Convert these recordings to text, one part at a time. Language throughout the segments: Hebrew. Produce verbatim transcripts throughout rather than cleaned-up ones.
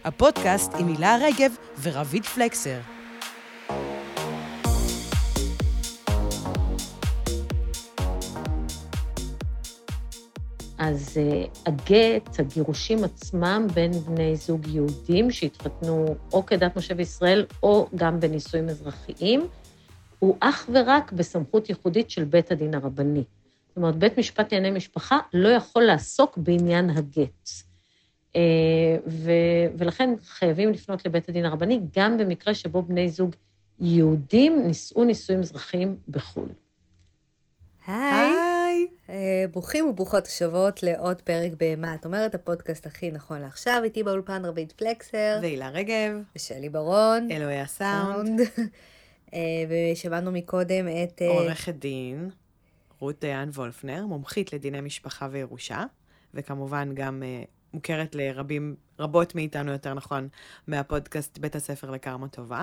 הפודקאסט עם הילה רגב ורבית פלקסר. אז uh, הגט, הגירושים עצמם בין בני זוג יהודים שהתחתנו או כדת משה וישראל או גם בנישואים אזרחיים, הוא אך ורק בסמכות ייחודית של בית הדין הרבני. זאת אומרת, בית משפט לענייני משפחה לא יכול לעסוק בעניין הגט. Uh, ו- ולכן חייבים לפנות לבית הדין הרבני, גם במקרה שבו בני זוג יהודים נישאו נישואים אזרחיים בחו"ל. היי. ברוכים וברוכות השבועות לעוד פרק במה את אומרת, הפודקאסט הכי נכון לעכשיו. איתי באולפן רבית פלקסר. והילה רגב. ושלי ברון. אלוהי הסאונד. ושמענו מקודם את... עורכת דין, רות דיין וולפנר, מומחית לדיני משפחה וירושה, וכמובן גם מוכרת לרבים, רבות מאיתנו יותר נכון, מהפודקאסט בית הספר לקרמה טובה.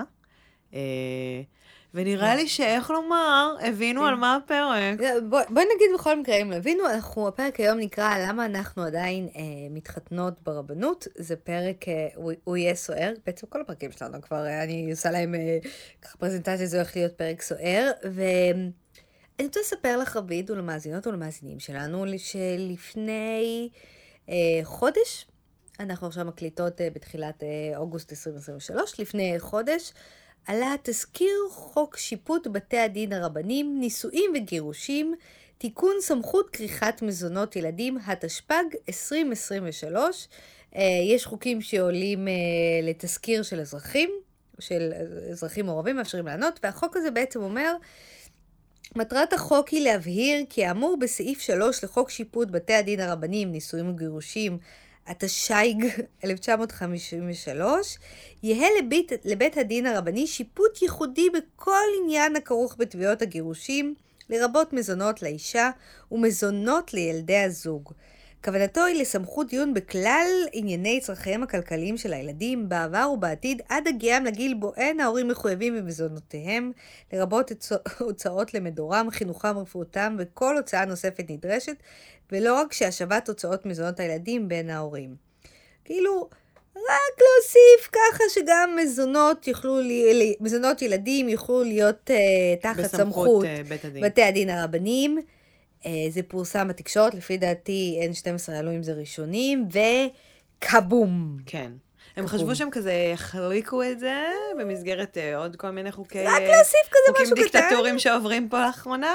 ונראה לי שאיך לומר, הבינו על מה הפרק. בואי נגיד בכל מקרה, אם הבינו, אנחנו, הפרק היום נקרא למה אנחנו עדיין אה, מתחתנות ברבנות. זה פרק, אה, הוא, הוא יהיה סוער, בעצם כל הפרקים שלנו כבר, אה, אני עושה להם אה, ככה פרזנטציה, זה הולך להיות פרק סוער, ואני רוצה לספר לך רבית ולמאזינות ולמאזינים שלנו, שלפני אה, חודש, אנחנו עכשיו מקליטות אה, בתחילת אה, אוגוסט עשרים עשרים ושלוש, לפני חודש, עלה תזכיר חוק שיפוט בתי הדין הרבניים, נישואים וגירושים, תיקון סמכות כריכת מזונות ילדים, התשפ"ג עשרים עשרים ושלוש. יש חוקים שעולים לתזכיר של אזרחים, של אזרחים מעורבים, מאפשרים לענות, והחוק הזה בעצם אומר, מטרת החוק היא להבהיר כי האמור בסעיף שלוש לחוק שיפוט בתי הדין הרבניים, נישואים וגירושים, התש"ג אלף תשע מאות חמישים ושלוש, יהיה לבית, לבית הדין הרבני שיפוט ייחודי בכל עניין הכרוך בתביעות הגירושים, לרבות מזונות לאישה ומזונות לילדי הזוג. כוונתו היא לסמכות דיון בכלל ענייני צרכיהם הכלכליים של הילדים, בעבר ובעתיד, עד הגיעם לגיל בו אין ההורים מחויבים במזונותיהם, לרבות הוצאות למדורם, חינוכם, רפואתם וכל הוצאה נוספת נדרשת, ולא רק שהשבת הוצאות מזונות הילדים בין ההורים. כאילו, רק להוסיף ככה שגם מזונות, יוכלו, מזונות ילדים יוכלו להיות uh, תחת סמכות בית בתי הדין הרבניים. Uh, זה פורסם בתקשורת, לפי דעתי N שתים עשרה עלו עם זה ראשונים, וקבום. כן. הם חשבו שהם כזה יחליקו את זה במסגרת uh, עוד כל מיני חוקי... רק להוסיף כזה משהו קטן. חוקים דיקטטוריים שעוברים פה לאחרונה.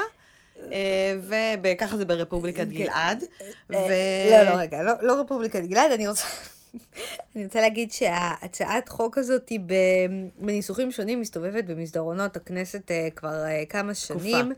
וככה זה ברפובליקת גלעד. לא, לא, רגע, לא רפובליקת גלעד, אני רוצה... אני רוצה להגיד שההצעת חוק הזאת היא בניסוחים שונים, מסתובבת במסדרונות הכנסת כבר כמה שנים.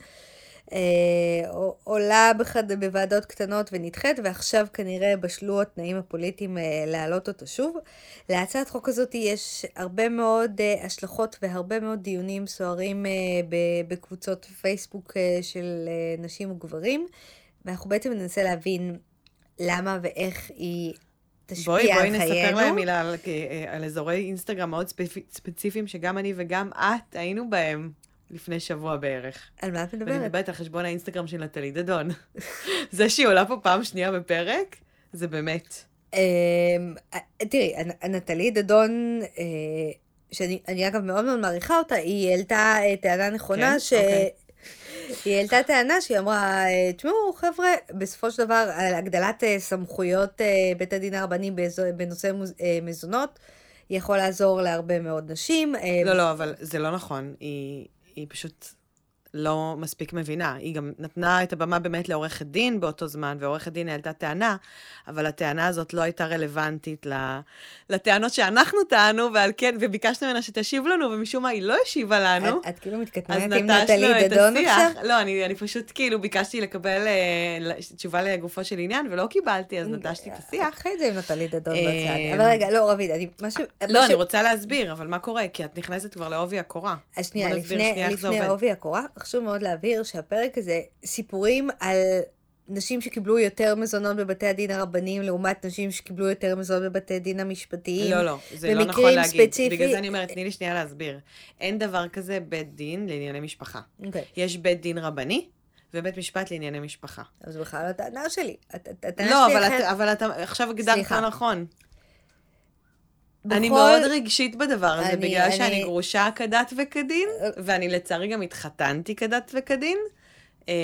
עולה בוועדות קטנות ונדחית, ועכשיו כנראה בשלו התנאים הפוליטיים להעלות אותה שוב. להצעת חוק הזאת יש הרבה מאוד השלכות והרבה מאוד דיונים סוערים בקבוצות פייסבוק של נשים וגברים, ואנחנו בעצם ננסה להבין למה ואיך היא תשפיע על חיינו. בואי, בואי נספר להם מילה על, על אזורי אינסטגרם מאוד ספציפיים שגם אני וגם את היינו בהם. לפני שבוע בערך. על מה את מדברת? ואני מדברת על חשבון האינסטגרם של נטלי דדון. זה שהיא עולה פה פעם שנייה בפרק, זה באמת. תראי, נטלי דדון, שאני אגב מאוד מאוד מעריכה אותה, היא העלתה טענה נכונה, היא העלתה טענה שהיא אמרה, תשמעו חבר'ה, בסופו של דבר, על הגדלת סמכויות בית הדין הרבני בנושא מזונות, יכול לעזור להרבה מאוד נשים. לא, לא, אבל זה לא נכון. היא... היא פשוט לא מספיק מבינה. היא גם נתנה את הבמה באמת לעורכת דין באותו זמן, ועורכת דין העלתה טענה, אבל הטענה הזאת לא הייתה רלוונטית לטענות שאנחנו טענו, ועל כן, וביקשנו ממנה שתשיב לנו, ומשום מה היא לא השיבה לנו. את, את כאילו מתכתנת עם נטלי דדון עכשיו? לא, אני, אני פשוט כאילו ביקשתי לקבל uh, תשובה לגופו של עניין, ולא קיבלתי, אז נטשתי את השיח. אחרי זה עם נטלי דדון בצד. אבל רגע, לא, רבית, אני משהו... לא, אני רוצה להסביר, אבל מה קורה? כי את נכנסת כבר לעובי הקורה. אז שנייה, לפני העובי הקורה, חשוב מאוד להבהיר שהפרק הזה סיפורים על נשים שקיבלו יותר מזונות בבתי הדין הרבניים, לעומת נשים שקיבלו יותר מזונות בבתי הדין המשפטיים. לא, לא, זה לא נכון להגיד. ספציפי... בגלל זה אני אומרת, תני לי שנייה להסביר. אין דבר כזה בית דין לענייני משפחה. Okay. יש בית דין רבני, ובית משפט לענייני משפחה. אז בכלל הטענה שלי. לא, אבל אתה עכשיו הגדרת לא נכון. אני בכל- מאוד רגשית בדבר הזה, אני- בגלל אני- שאני גרושה כדת וכדין, ואני לצערי גם התחתנתי כדת וכדין, אה,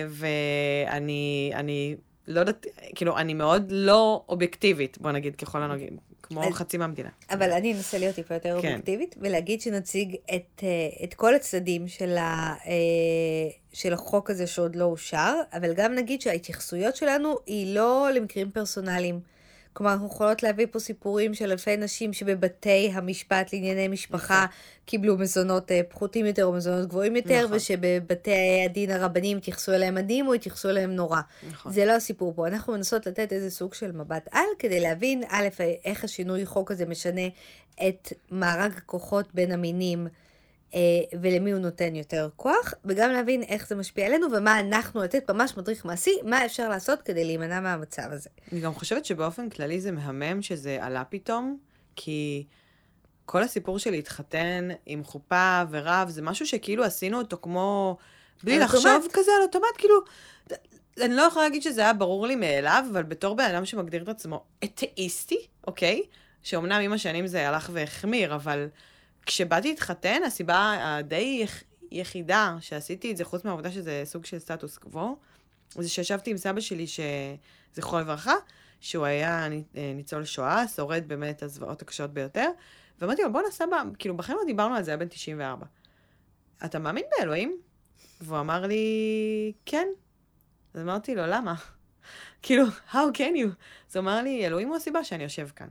ואני אני לא יודעת, כאילו, אני מאוד לא אובייקטיבית, בוא נגיד, ככל הנוגעים, כמו אז- חצי מהמדינה. אבל אני אנסה להיות טיפה יותר כן. אובייקטיבית, ולהגיד שנציג את, אה, את כל הצדדים של, ה, אה, של החוק הזה שעוד לא אושר, אבל גם נגיד שההתייחסויות שלנו היא לא למקרים פרסונליים. כלומר, אנחנו יכולות להביא פה סיפורים של אלפי נשים שבבתי המשפט לענייני משפחה קיבלו מזונות אה, פחותים יותר או מזונות גבוהים יותר, נכון. ושבבתי הדין הרבניים התייחסו אליהם מדהים או התייחסו אליהם נורא. נכון. זה לא הסיפור פה. אנחנו מנסות לתת איזה סוג של מבט על, כדי להבין, א', איך השינוי חוק הזה משנה את מארג הכוחות בין המינים, אה, ולמי הוא נותן יותר כוח, וגם להבין איך זה משפיע עלינו, ומה אנחנו לתת ממש מדריך מעשי, מה אפשר לעשות כדי להימנע מהמצב הזה. אני גם חושבת שבאופן כללי זה מהמם שזה עלה פתאום, כי כל הסיפור של להתחתן עם חופה ורב, זה משהו שכאילו עשינו אותו כמו, בלי על לחשוב אוטומט. כזה על אוטומט, כאילו, אני לא יכולה להגיד שזה היה ברור לי מאליו, אבל בתור בן אדם שמגדיר את עצמו אתאיסטי, אוקיי? שאומנם עם השנים זה הלך והחמיר, אבל כשבאתי להתחתן, הסיבה הדי יח- יחידה שעשיתי את זה, חוץ מהעובדה שזה סוג של סטטוס קוו, זה שישבתי עם סבא שלי, שזכרו לברכה, שהוא היה ניצול שואה, שורד באמת הזוועות הקשות ביותר, ואמרתי לו, בוא נסבא, כאילו בחיים לא דיברנו על זה, היה בן תשעים וארבע. אתה מאמין באלוהים? והוא אמר לי, כן. אז אמרתי לו, למה? כאילו, how can you? אז הוא אמר לי, אלוהים הוא הסיבה שאני יושב כאן.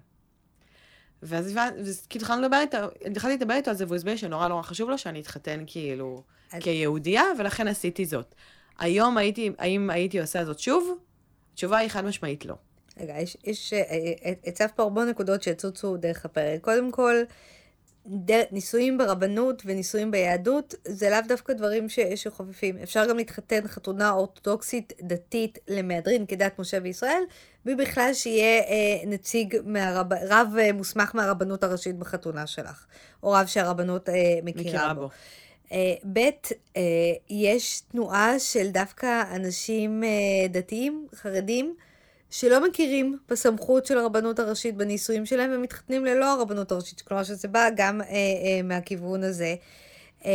ואז כאילו התחלנו לדבר איתו, התחלתי לדבר איתו על זה, והוא הסביר שנורא נורא חשוב לו שאני אתחתן כאילו אז- כיהודייה, ולכן עשיתי זאת. היום הייתי, האם הייתי עושה זאת שוב? התשובה היא חד משמעית לא. רגע, יש, יש, אה, אה, הצבת פה הרבה נקודות שיצוצו דרך הפרק. קודם כל, דר, נישואים ברבנות ונישואים ביהדות, זה לאו דווקא דברים ש, שחופפים. אפשר גם להתחתן חתונה אורתודוקסית דתית למהדרין כדת משה וישראל, ובכלל שיהיה אה, נציג מהרב, רב אה, מוסמך מהרבנות הראשית בחתונה שלך, או רב שהרבנות אה, מכירה, מכירה בו. בו. אה, ב', אה, יש תנועה של דווקא אנשים אה, דתיים, חרדים, שלא מכירים בסמכות של הרבנות הראשית בנישואים שלהם, ומתחתנים ללא הרבנות הראשית. כלומר שזה בא גם אה, אה, מהכיוון הזה. אה,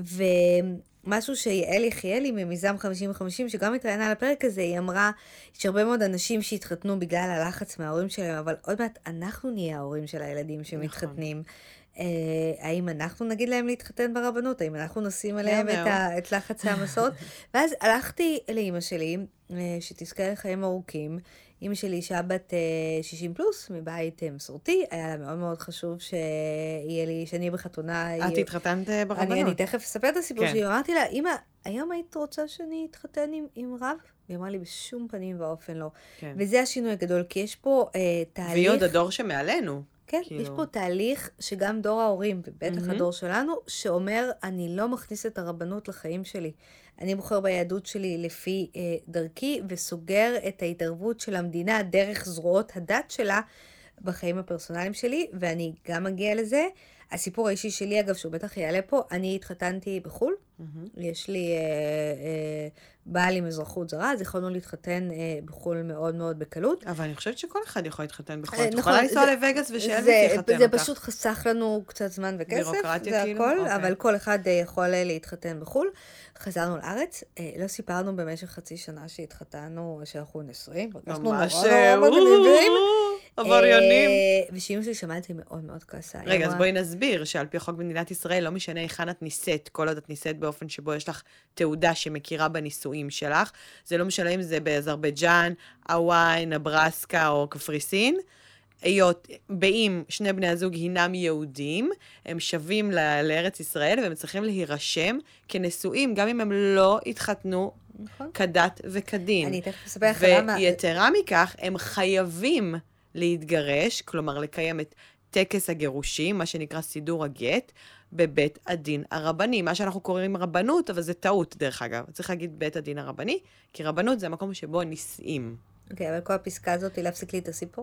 ומשהו שיעל יחיאלי ממיזם חמישים וחמישים, שגם התראיינה על הפרק הזה, היא אמרה, יש הרבה מאוד אנשים שהתחתנו בגלל הלחץ מההורים שלהם, אבל עוד מעט אנחנו נהיה ההורים של הילדים שמתחתנים. אה, האם אנחנו נגיד להם להתחתן ברבנות? האם אנחנו נשים עליהם את, ה, את לחץ המסורת? ואז הלכתי לאמא שלי, אה, שתזכה לחיים ארוכים. אמא שלי אישה בת אה, שישים פלוס, מבית אה, מסורתי, היה לה מאוד מאוד חשוב שיהיה לי, שאני בחתונה. את יהיה... התחתנת אה, ברבנות? אני, אני תכף אספר את הסיפור כן. שלי, אמרתי לה, אמא, היום היית רוצה שאני אתחתן עם, עם רב? והיא אמרה לי, בשום פנים ואופן לא. כן. וזה השינוי הגדול, כי יש פה אה, תהליך... והיא עוד הדור שמעלינו. כן, כאילו. יש פה תהליך שגם דור ההורים, ובטח מהמם. הדור שלנו, שאומר, אני לא מכניס את הרבנות לחיים שלי. אני בוחר ביהדות שלי לפי אה, דרכי, וסוגר את ההתערבות של המדינה דרך זרועות הדת שלה בחיים הפרסונליים שלי, ואני גם מגיע לזה. הסיפור האישי שלי, אגב, שהוא בטח יעלה פה, אני התחתנתי בחול. מהמם. יש לי אה, אה, בעל עם אזרחות זרה, אז יכולנו להתחתן אה, בחול מאוד מאוד בקלות. אבל אני חושבת שכל אחד יכול להתחתן בחול. אה, את נכון, יכולה לנסוע זה- לווגאס ושאלוויס זה, יחתן זה אותך. פשוט חסך לנו קצת זמן וכסף, בירוקרטיה זה כאילו? הכל, אוקיי. אבל כל אחד אה, יכול אה, להתחתן בחול. חזרנו לארץ, אה, לא סיפרנו במשך חצי שנה שהתחתנו, שאנחנו נשואים, אנחנו ממש, נורא נורא מגניבים. עבריינים. אה, ושאמא שלי שמעה את זה מאוד מאוד כעסה. היא רגע, אז אמרה, בואי נסביר שעל פי החוק במדינת ישראל, לא משנה היכן את נישאת, כל עוד את נישאת באופן שבו יש לך תעודה שמכירה בנישואים שלך, זה לא משנה אם זה באזרבייג'אן, הוואי, נברסקה או קפריסין, היות, באם שני בני הזוג הינם יהודים, הם שווים ל- לארץ ישראל, והם צריכים להירשם כנשואים, גם אם הם לא התחתנו נכון. כדת וכדין. אני תכף אספר לך למה... ויתרה מכך, הם חייבים להתגרש, כלומר לקיים את טקס הגירושים, מה שנקרא סידור הגט, בבית הדין הרבני. מה שאנחנו קוראים רבנות, אבל זה טעות דרך אגב. צריך להגיד בית הדין הרבני, כי רבנות זה המקום שבו נישאים. אוקיי, אבל כל הפסקה הזאת היא להפסיק לי את הסיפור?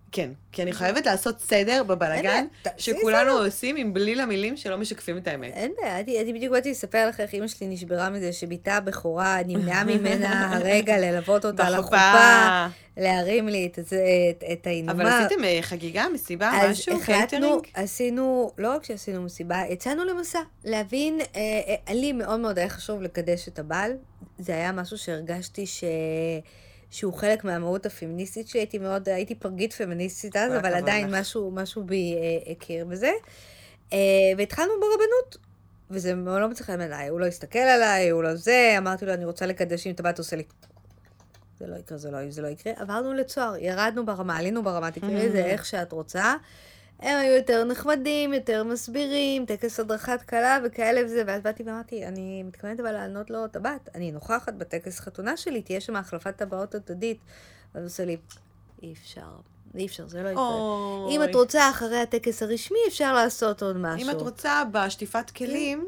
כן, כי אני חייבת לעשות סדר בבלגן, שכולנו עושים עם בליל המילים שלא משקפים את האמת. אין בעיה, אני בדיוק באתי לספר לך איך אמא שלי נשברה מזה, שביתה הבכורה נמנעה ממנה הרגע ללוות אותה לחופה, להרים לי את האינומה. אבל עשיתם חגיגה, מסיבה, משהו, קייטרינג? עשינו, לא רק שעשינו מסיבה, יצאנו למסע, להבין, לי מאוד מאוד היה חשוב לקדש את הבעל, זה היה משהו שהרגשתי ש... שהוא חלק מהמהות הפמיניסטית שלי, הייתי מאוד, הייתי פרגית פמיניסטית אז, אבל עדיין משהו, משהו בי אה, הכיר בזה. אה, והתחלנו ברבנות, וזה מאוד לא מצליח אליי, הוא לא הסתכל עליי, הוא לא זה, אמרתי לו, אני רוצה לקדש עם טבעת, עושה לי, זה לא יקרה, זה לא, זה לא יקרה. עברנו לצוהר, ירדנו ברמה, עלינו ברמה, תקראי את זה איך שאת רוצה. הם היו יותר נחמדים, יותר מסבירים, טקס הדרכת קלה וכאלה וזה, ואז באתי ואמרתי, אני מתכוונת אבל לענות לו טבעת, אני נוכחת בטקס חתונה שלי, תהיה שם החלפת טבעות הדדית, ואז עושה לי, אי אפשר, אי אפשר, זה לא יקרה. אם את רוצה אחרי הטקס הרשמי, אפשר לעשות עוד משהו. אם את רוצה בשטיפת כלים,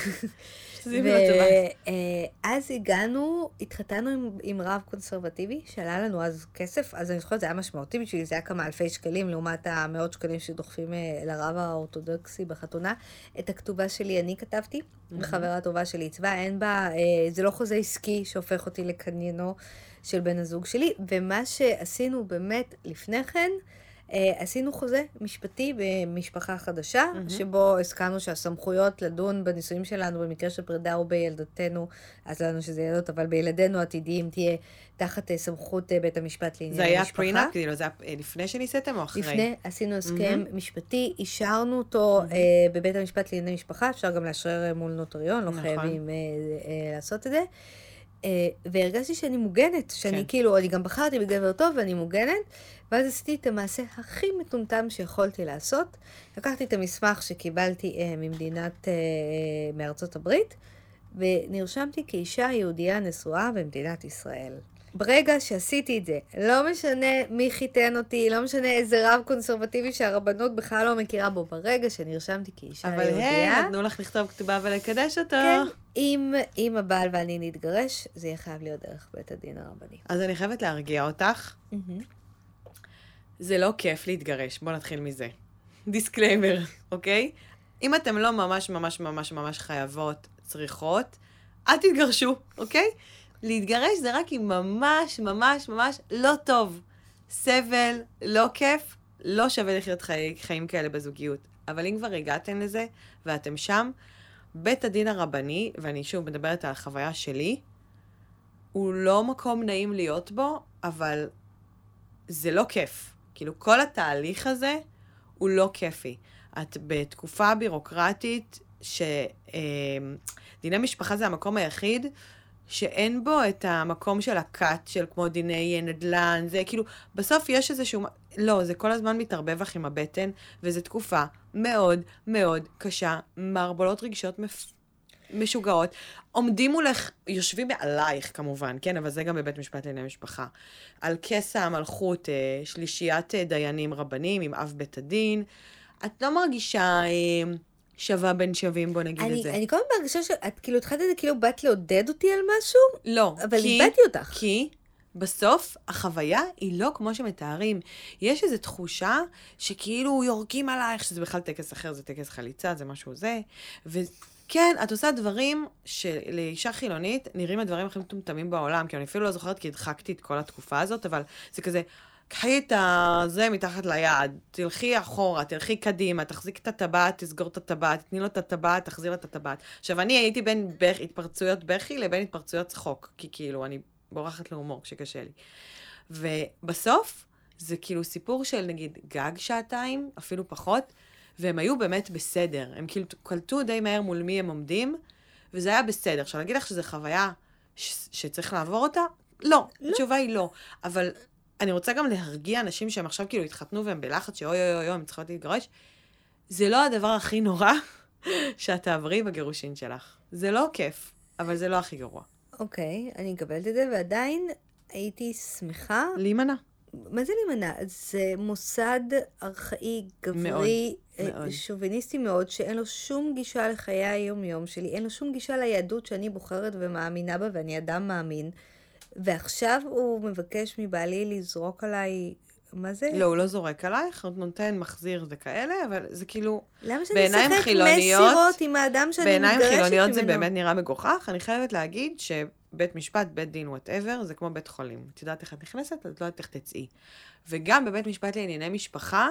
ואז הגענו, התחתנו עם, עם רב קונסרבטיבי, שעלה לנו אז כסף, אז אני זוכרת, זה היה משמעותי בשביל, זה היה כמה אלפי שקלים, לעומת המאות שקלים שדוחפים לרב האורתודוקסי בחתונה. את הכתובה שלי אני כתבתי, וחברה טובה שלי עיצבה, אין בה, זה לא חוזה עסקי שהופך אותי לקניינו של בן הזוג שלי, ומה שעשינו באמת לפני כן, Uh, עשינו חוזה משפטי במשפחה חדשה, mm-hmm. שבו הסכמנו שהסמכויות לדון בנישואים שלנו במקרה של פרידה או בילדתנו, אז לנו שזה ילדות, אבל בילדינו עתידיים תהיה תחת uh, סמכות uh, בית המשפט לעניין המשפחה. זה היה פרינאפ, כאילו, זה היה לפני שניסיתם או אחרי? לפני, עשינו הסכם mm-hmm. משפטי, אישרנו אותו mm-hmm. uh, בבית המשפט לעניין משפחה, אפשר גם לאשרר מול נוטריון, לא נכון. חייבים uh, uh, לעשות את זה. Uh, והרגשתי שאני מוגנת, שאני כן. כאילו, אני גם בחרתי בגבר טוב ואני מוגנת, ואז עשיתי את המעשה הכי מטומטם שיכולתי לעשות. לקחתי את המסמך שקיבלתי uh, ממדינת, uh, מארצות הברית, ונרשמתי כאישה יהודייה נשואה במדינת ישראל. ברגע שעשיתי את זה, לא משנה מי חיתן אותי, לא משנה איזה רב קונסרבטיבי שהרבנות בכלל לא מכירה בו, ברגע שנרשמתי כאישה אבל יהודייה... אבל הם נתנו לך לכתוב כתובה ולקדש אותו. כן, אם, אם הבעל ואני נתגרש, זה יהיה חייב להיות דרך בית הדין הרבני. אז אני חייבת להרגיע אותך. Mm-hmm. זה לא כיף להתגרש, בוא נתחיל מזה. דיסקליימר, אוקיי? אם אתם לא ממש ממש ממש ממש חייבות, צריכות, אל תתגרשו, אוקיי? להתגרש זה רק אם ממש ממש ממש לא טוב. סבל, לא כיף, לא שווה לחיות חי, חיים כאלה בזוגיות. אבל אם כבר הגעתם לזה ואתם שם, בית הדין הרבני, ואני שוב מדברת על החוויה שלי, הוא לא מקום נעים להיות בו, אבל זה לא כיף. כאילו כל התהליך הזה הוא לא כיפי. את בתקופה בירוקרטית שדיני משפחה זה המקום היחיד, שאין בו את המקום של הקאט, של כמו דיני נדל"ן, זה כאילו, בסוף יש איזשהו, לא, זה כל הזמן מתערבב לך עם הבטן, וזו תקופה מאוד מאוד קשה, מערבולות רגשות מפ... משוגעות, עומדים מולך, יושבים מעלייך כמובן, כן, אבל זה גם בבית משפט לענייני משפחה, על כס המלכות, שלישיית דיינים רבנים עם אב בית הדין, את לא מרגישה... שווה בין שווים, בוא נגיד אני, את זה. אני כל הזמן מרגישה שאת כאילו התחלת את זה, כאילו באת לעודד אותי על משהו? לא. אבל כי, איבדתי אותך. כי בסוף החוויה היא לא כמו שמתארים. יש איזו תחושה שכאילו יורקים עלייך, שזה בכלל טקס אחר, זה טקס חליצה, זה משהו זה. וכן, את עושה דברים שלאישה חילונית נראים הדברים הכי מטומטמים בעולם, כי אני אפילו לא זוכרת כי הדחקתי את כל התקופה הזאת, אבל זה כזה... קחי את זה מתחת ליד, תלכי אחורה, תלכי קדימה, תחזיק את הטבעת, תסגור את הטבעת, תתני לו את הטבעת, תחזיר לו את הטבעת. עכשיו, אני הייתי בין בכ... התפרצויות בכי לבין התפרצויות צחוק, כי כאילו, אני בורחת להומור כשקשה לי. ובסוף, זה כאילו סיפור של נגיד גג שעתיים, אפילו פחות, והם היו באמת בסדר. הם כאילו קלטו די מהר מול מי הם עומדים, וזה היה בסדר. עכשיו, אני אגיד לך שזו חוויה ש... שצריך לעבור אותה? לא, לא. התשובה היא לא. אבל... אני רוצה גם להרגיע אנשים שהם עכשיו כאילו התחתנו והם בלחץ שאוי אוי אוי אוי, הם צריכות להתגרש. זה לא הדבר הכי נורא שאת תעברי בגירושין שלך. זה לא כיף, אבל זה לא הכי גרוע. אוקיי, אני אקבלת את זה, ועדיין הייתי שמחה. להימנע. מה זה להימנע? זה מוסד ארכאי, גברי, מאוד, שוביניסטי מאוד, שאין לו שום גישה לחיי היום-יום שלי, אין לו שום גישה ליהדות שאני בוחרת ומאמינה בה, ואני אדם מאמין. ועכשיו הוא מבקש מבעלי לזרוק עליי מה זה? לא, הוא לא זורק עלייך, הוא נותן, מחזיר וכאלה, אבל זה כאילו, למה שאני בעיניים אשחק חילוניות, מסירות עם האדם שאני מתגרשת ממנו? בעיניים חילוניות זה באמת נראה מגוחך. אני חייבת להגיד שבית משפט, בית דין, whatever, זה כמו בית חולים. את יודעת איך את נכנסת, את לא יודעת איך תצאי. וגם בבית משפט לענייני משפחה,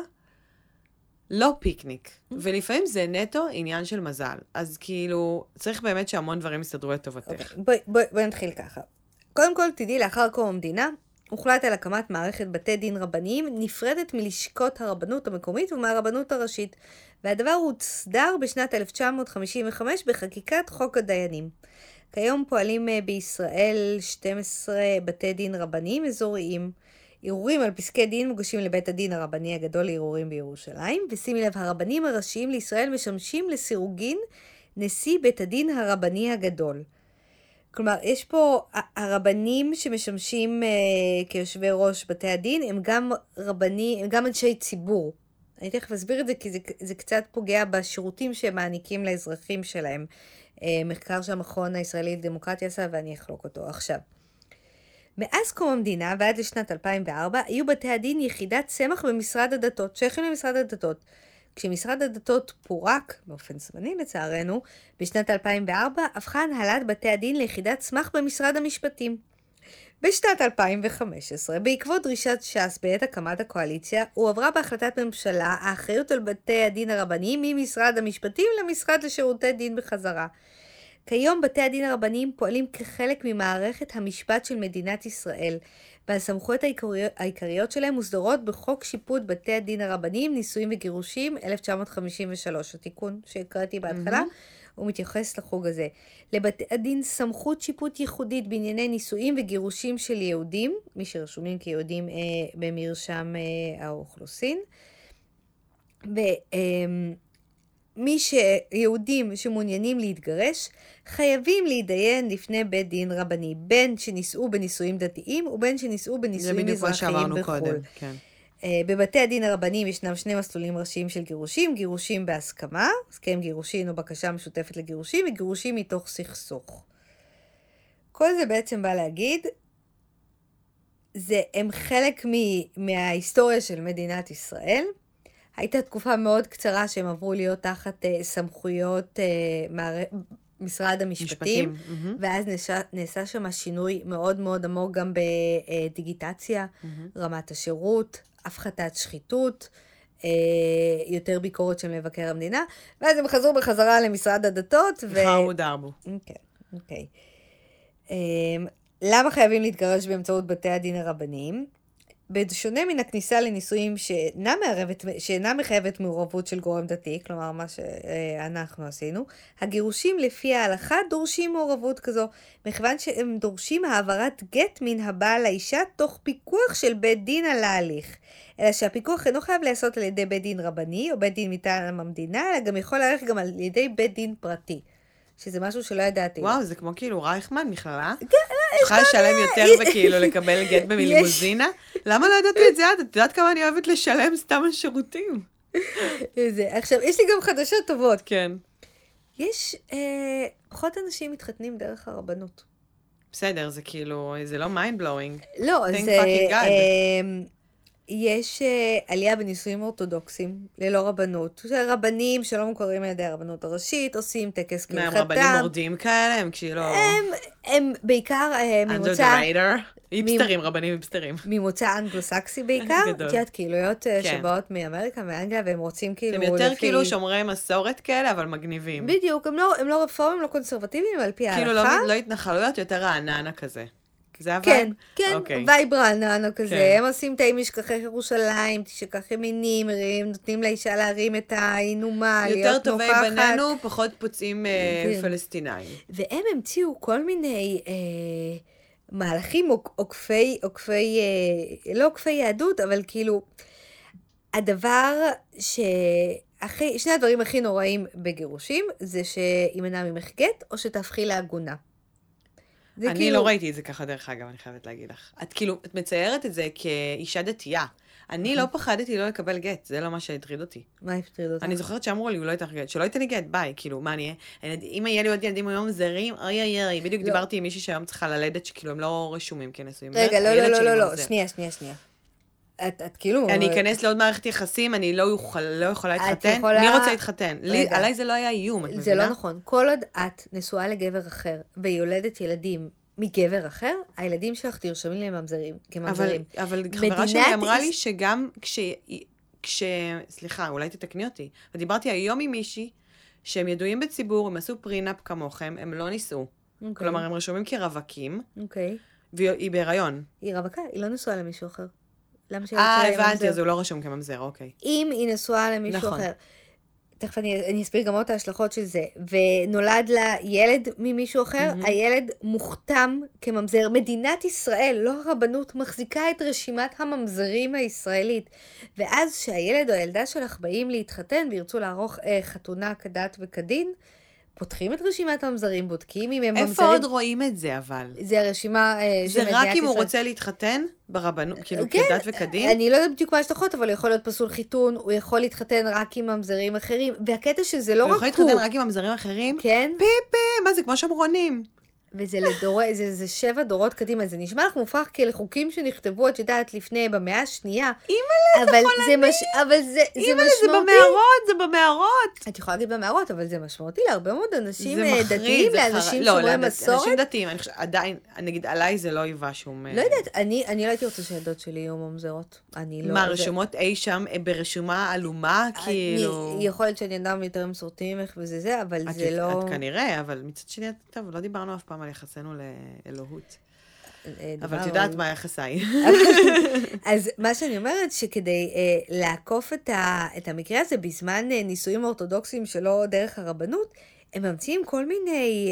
לא פיקניק. ולפעמים זה נטו עניין של מזל. אז כאילו, צריך באמת שהמון דברים יסתדרו לטובתך. בואי, בואי, בואי נתחיל ככה. קודם כל, תדעי, לאחר קום המדינה, הוחלט על הקמת מערכת בתי דין רבניים נפרדת מלשכות הרבנות המקומית ומהרבנות הראשית, והדבר הוצדר בשנת אלף תשע מאות חמישים וחמש בחקיקת חוק הדיינים. כיום פועלים בישראל שנים עשר בתי דין רבניים אזוריים. ערעורים על פסקי דין מוגשים לבית הדין הרבני הגדול לערעורים בירושלים, ושימי לב, הרבנים הראשיים לישראל משמשים לסירוגין נשיא בית הדין הרבני הגדול. כלומר, יש פה הרבנים שמשמשים uh, כיושבי ראש בתי הדין, הם גם רבנים, הם גם אנשי ציבור. אני תכף אסביר את זה, כי זה, זה קצת פוגע בשירותים שהם מעניקים לאזרחים שלהם. Uh, מחקר שהמכון הישראלי לדמוקרטיה עשה, ואני אחלוק אותו עכשיו. מאז קום המדינה ועד לשנת אלפיים וארבע, היו בתי הדין יחידת צמח במשרד הדתות, שייכים למשרד הדתות. כשמשרד הדתות פורק, באופן זמני לצערנו, בשנת אלפיים וארבע הפכה הנהלת בתי הדין ליחידת צמח במשרד המשפטים. בשנת אלפיים וחמש עשרה, בעקבות דרישת ש"ס בעת הקמת הקואליציה, הועברה בהחלטת ממשלה האחריות על בתי הדין הרבניים ממשרד המשפטים למשרד לשירותי דין בחזרה. כיום בתי הדין הרבניים פועלים כחלק ממערכת המשפט של מדינת ישראל, והסמכויות העיקריות, העיקריות שלהם מוסדרות בחוק שיפוט בתי הדין הרבניים, נישואים וגירושים, אלף תשע מאות חמישים ושלוש, התיקון שהקראתי בהתחלה, mm-hmm. הוא מתייחס לחוג הזה. לבתי הדין סמכות שיפוט ייחודית בענייני נישואים וגירושים של יהודים, מי שרשומים כיהודים אה, במרשם אה, האוכלוסין, ו... אה, מי שיהודים שמעוניינים להתגרש, חייבים להידיין לפני בית דין רבני, בין שנישאו בנישואים דתיים, ובין שנישאו בנישואים אזרחיים בחו"ל. קודם, כן. בבתי הדין הרבניים ישנם שני מסלולים ראשיים של גירושים, גירושים בהסכמה, הסכם גירושין או בקשה משותפת לגירושים, וגירושים מתוך סכסוך. כל זה בעצם בא להגיד, זה הם חלק מ- מההיסטוריה של מדינת ישראל, הייתה תקופה מאוד קצרה שהם עברו להיות תחת uh, סמכויות uh, מער... משרד המשפטים, mm-hmm. ואז נעשה, נעשה שם שינוי מאוד מאוד עמוק גם בדיגיטציה, mm-hmm. רמת השירות, הפחתת שחיתות, uh, יותר ביקורת של מבקר המדינה, ואז הם חזרו בחזרה למשרד הדתות. חרו דרבו. אוקיי, אוקיי. למה חייבים להתגרש באמצעות בתי הדין הרבניים? בשונה מן הכניסה לנישואים שאינה מערבת, שאינה מחייבת מעורבות של גורם דתי, כלומר מה שאנחנו עשינו, הגירושים לפי ההלכה דורשים מעורבות כזו, מכיוון שהם דורשים העברת גט מן הבעל לאישה תוך פיקוח של בית דין על ההליך. אלא שהפיקוח אינו חייב לעשות על ידי בית דין רבני או בית דין מטעם המדינה, אלא גם יכול להלך גם על ידי בית דין פרטי. שזה משהו שלא ידעתי. וואו, זה כמו כאילו רייכמן, מכללה? צריכה לשלם יותר וכאילו לקבל גט בלימוזינה? למה לא ידעתי את זה עד? את יודעת כמה אני אוהבת לשלם סתם השירותים? עכשיו, יש לי גם חדשות טובות. כן. יש פחות אנשים מתחתנים דרך הרבנות. בסדר, זה כאילו, זה לא mind blowing. לא, זה... יש uh, עלייה בנישואים אורתודוקסים, ללא רבנות. רבנים שלא מוכרים על ידי הרבנות הראשית, עושים טקס כהלכתם. מה, הם רבנים מורדים כאלה? הם כאילו... הם, הם בעיקר uh, ממוצא... under the radar. היפסטרים, רבנים היפסטרים. ממוצא אנגלוסקסי בעיקר. גדול. כי הקהילויות uh, כן. שבאות מאמריקה, מאנגליה, והם רוצים כאילו... הם יותר לפי... כאילו שומרי מסורת כאלה, אבל מגניבים. בדיוק, הם לא, הם לא רפורמים, לא קונסרבטיביים, על פי ההלכה. כאילו לא, לא התנחלויות, יותר העננה כזה. זה כן, כן, okay. וייב רענן או כזה, כן. הם עושים תאי משכחי ירושלים, תשכח ימינים, נותנים לאישה להרים את העינומה, להיות נוכחת. יותר טובי בנינו, פחות פוצעים כן. פלסטינאים. והם המציאו כל מיני אה, מהלכים עוקפי, עוקפי, אה, לא עוקפי יהדות, אבל כאילו, הדבר ש... הכי, שני הדברים הכי נוראים בגירושים, זה שימנע ממך גט, או שתהפכי לעגונה. אני כאילו... לא ראיתי את זה ככה דרך אגב, אני חייבת להגיד לך. את כאילו, את מציירת את זה כאישה דתייה. אני לא פחדתי לא לקבל גט, זה לא מה שהטריד אותי. מה הפריד אותך? אני זוכרת שאמרו לי, הוא לא יתך גט, שלא ייתן לי גט, ביי, כאילו, מה אני אהיה? אם יהיה לי עוד ילדים היום זרים, אוי אוי אוי, בדיוק דיברתי עם מישהי שהיום צריכה ללדת, שכאילו הם לא רשומים כנשואים. רגע, לא, לא, לא, לא, שנייה, שנייה, שנייה. את, את כאילו... אני אכנס לעוד מערכת יחסים, אני לא, יוכל, לא יכולה להתחתן. יכולה... מי רוצה להתחתן? לי, עליי זה לא היה איום, את זה מבינה? לא נכון. כל עוד את נשואה לגבר אחר, ויולדת ילדים מגבר אחר, הילדים שלך תרשמים לממזרים, כממזרים. אבל, אבל חברה שלי אמרה לי שגם כש... כש... סליחה, אולי תתקני אותי. ודיברתי היום עם מישהי, שהם ידועים בציבור, הם עשו פרינאפ כמוכם, הם לא ניסו. Okay. כלומר, הם רשומים כרווקים, אוקיי. והיא בהיריון. היא רווקה, היא לא נשואה למישהו אחר. אה, הבנתי, אז הוא לא רשום כממזר, אוקיי. אם היא נשואה למישהו נכון. אחר. תכף אני, אני אסביר גם עוד את ההשלכות של זה. ונולד לה ילד ממישהו אחר, mm-hmm. הילד מוכתם כממזר. מדינת ישראל, לא הרבנות, מחזיקה את רשימת הממזרים הישראלית. ואז שהילד או הילדה שלך באים להתחתן וירצו לערוך אה, חתונה כדת וכדין, פותחים את רשימת הממזרים, בודקים אם הם ממזרים. איפה עוד רואים את זה, אבל? זה הרשימה אה, זה רק אם הוא רוצה להתחתן ברבנות, כאילו כן, כדת וכדין? אני לא יודעת בדיוק מה השלכות, אבל הוא יכול להיות פסול חיתון, הוא יכול להתחתן רק עם ממזרים אחרים, והקטע שזה לא רק הוא. הוא יכול להתחתן רק עם ממזרים אחרים? כן. פיפי, מה זה, כמו שמרונים. וזה לדור... זה, זה שבע דורות קדימה, זה נשמע לך מופרך לחוקים שנכתבו, את יודעת, לפני, במאה השנייה. אימא'לה, זה חולני. מש... אבל זה, זה אימא'לה, משמעותי. זה במערות, זה במערות. את יכולה להגיד במערות, אבל זה משמעותי להרבה מאוד אנשים מחריד, דתיים, לאנשים לא, שומרי מסורת. אנשים דתיים, אני חושבת, עדיין, נגיד, עליי זה לא היווה שום... לא יודעת, אני, אני לא הייתי רוצה שהילדות שלי יהיו ממזרות. אני לא... מה, רשומות אי שם, ברשומה עלומה, כאילו... יכול להיות שאני אדם יותר מסורתי ממך וזה זה, אבל זה לא... את כנראה, אבל מצד שני, טוב, לא דיברנו אף פעם על יחסנו לאלוהות. אבל את יודעת מה יחסיי. אז מה שאני אומרת, שכדי לעקוף את המקרה הזה, בזמן נישואים אורתודוקסיים שלא דרך הרבנות, הם ממציאים כל מיני...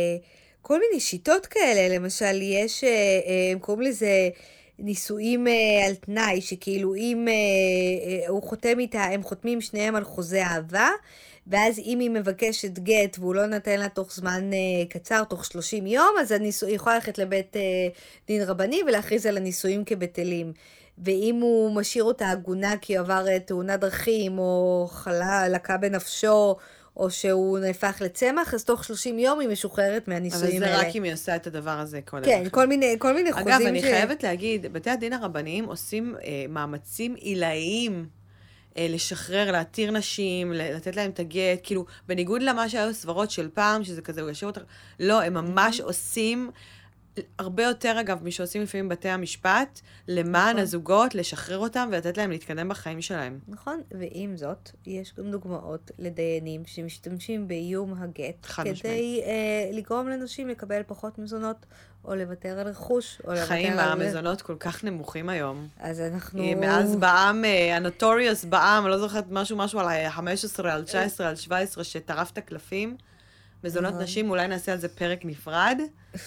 כל מיני שיטות כאלה, למשל, יש, הם קוראים לזה נישואים על תנאי, שכאילו אם הוא חותם איתה, הם חותמים שניהם על חוזה אהבה, ואז אם היא מבקשת גט, והוא לא נתן לה תוך זמן קצר, תוך שלושים יום, אז היא יכולה ללכת לבית דין רבני, ולהכריז על הנישואים כבטלים. ואם הוא משאיר אותה עגונה, כי הוא עבר תאונת דרכים, או חלה, לקה בנפשו, או שהוא נהפך לצמח, אז תוך שלושים יום היא משוחררת מהנישואים האלה. אבל זה רק אם היא עושה את הדבר הזה קודם. כן, כל מיני, כל מיני חוזים ש... אגב, אני חייבת להגיד, בתי הדין הרבניים עושים אה, מאמצים עילאיים אה, לשחרר, להתיר נשים, לתת להם את הגט, כאילו, בניגוד למה שהיו סברות של פעם, שזה כזה, הוא ישאיר אותך, לא, הם ממש עושים... הרבה יותר, אגב, מי שעושים לפעמים בתי המשפט, למען נכון. הזוגות, לשחרר אותם ולתת להם להתקדם בחיים שלהם. נכון, ועם זאת, יש גם דוגמאות לדיינים שמשתמשים באיום הגט, כדי אה, לגרום לנשים לקבל פחות מזונות, או לוותר על רכוש, או לוותר על... חיים המזונות כל כך נמוכים היום. אז אנחנו... מאז בעם, הנוטוריוס בעם, לא זוכרת משהו, משהו על חמש עשרה, על תשע עשרה, על שבע עשרה, שטרף את הקלפים. מזונות נשים, אולי נעשה על זה פרק נפרד.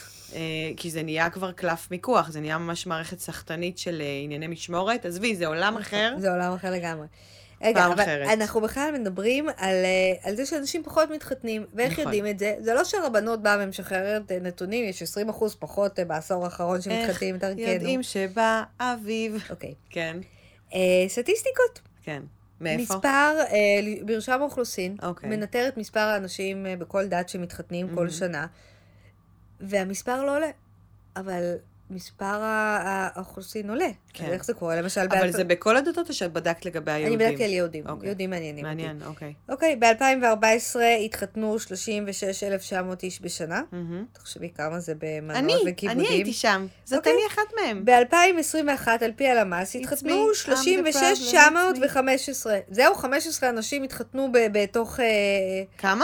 כי זה נהיה כבר קלף מיקוח, זה נהיה ממש מערכת סחטנית של ענייני משמורת. עזבי, זה עולם אחר. זה עולם אחר לגמרי. רגע, אבל אנחנו בכלל מדברים על, על זה שאנשים פחות מתחתנים, ואיך נכון. יודעים את זה? זה לא שהרבנות באה ומשחררת נתונים, יש עשרים אחוז פחות בעשור האחרון שמתחתנים את דרכנו. איך יודעים שבא אביב. אוקיי. כן. סטטיסטיקות. כן. מאיפה? מספר, ברשם האוכלוסין, אוקיי. מנטר את מספר האנשים בכל דת שמתחתנים כל שנה, והמספר לא עולה, אבל מספר האוכלוסין עולה. כן. אז איך זה קורה? למשל... אבל באלפ... זה בכל הדתות או שאת בדקת לגבי היהודים? אני בדקתי על יהודים. אוקיי. יהודים מעניינים. מעניין, אוקיי. אוקיי, ב-אלפיים וארבע עשרה התחתנו שלושים ושש אלף תשע מאות איש בשנה. Mm-hmm. תחשבי כמה זה במנות אני, וכיבודים. אני הייתי שם. זאת אוקיי. אני אחת מהם. ב-אלפיים עשרים ואחת, על פי הלמ"ס, התחתנו שלושים ושש אלף תשע מאות וחמש עשרה. זהו, חמש עשרה אנשים התחתנו בתוך... כמה?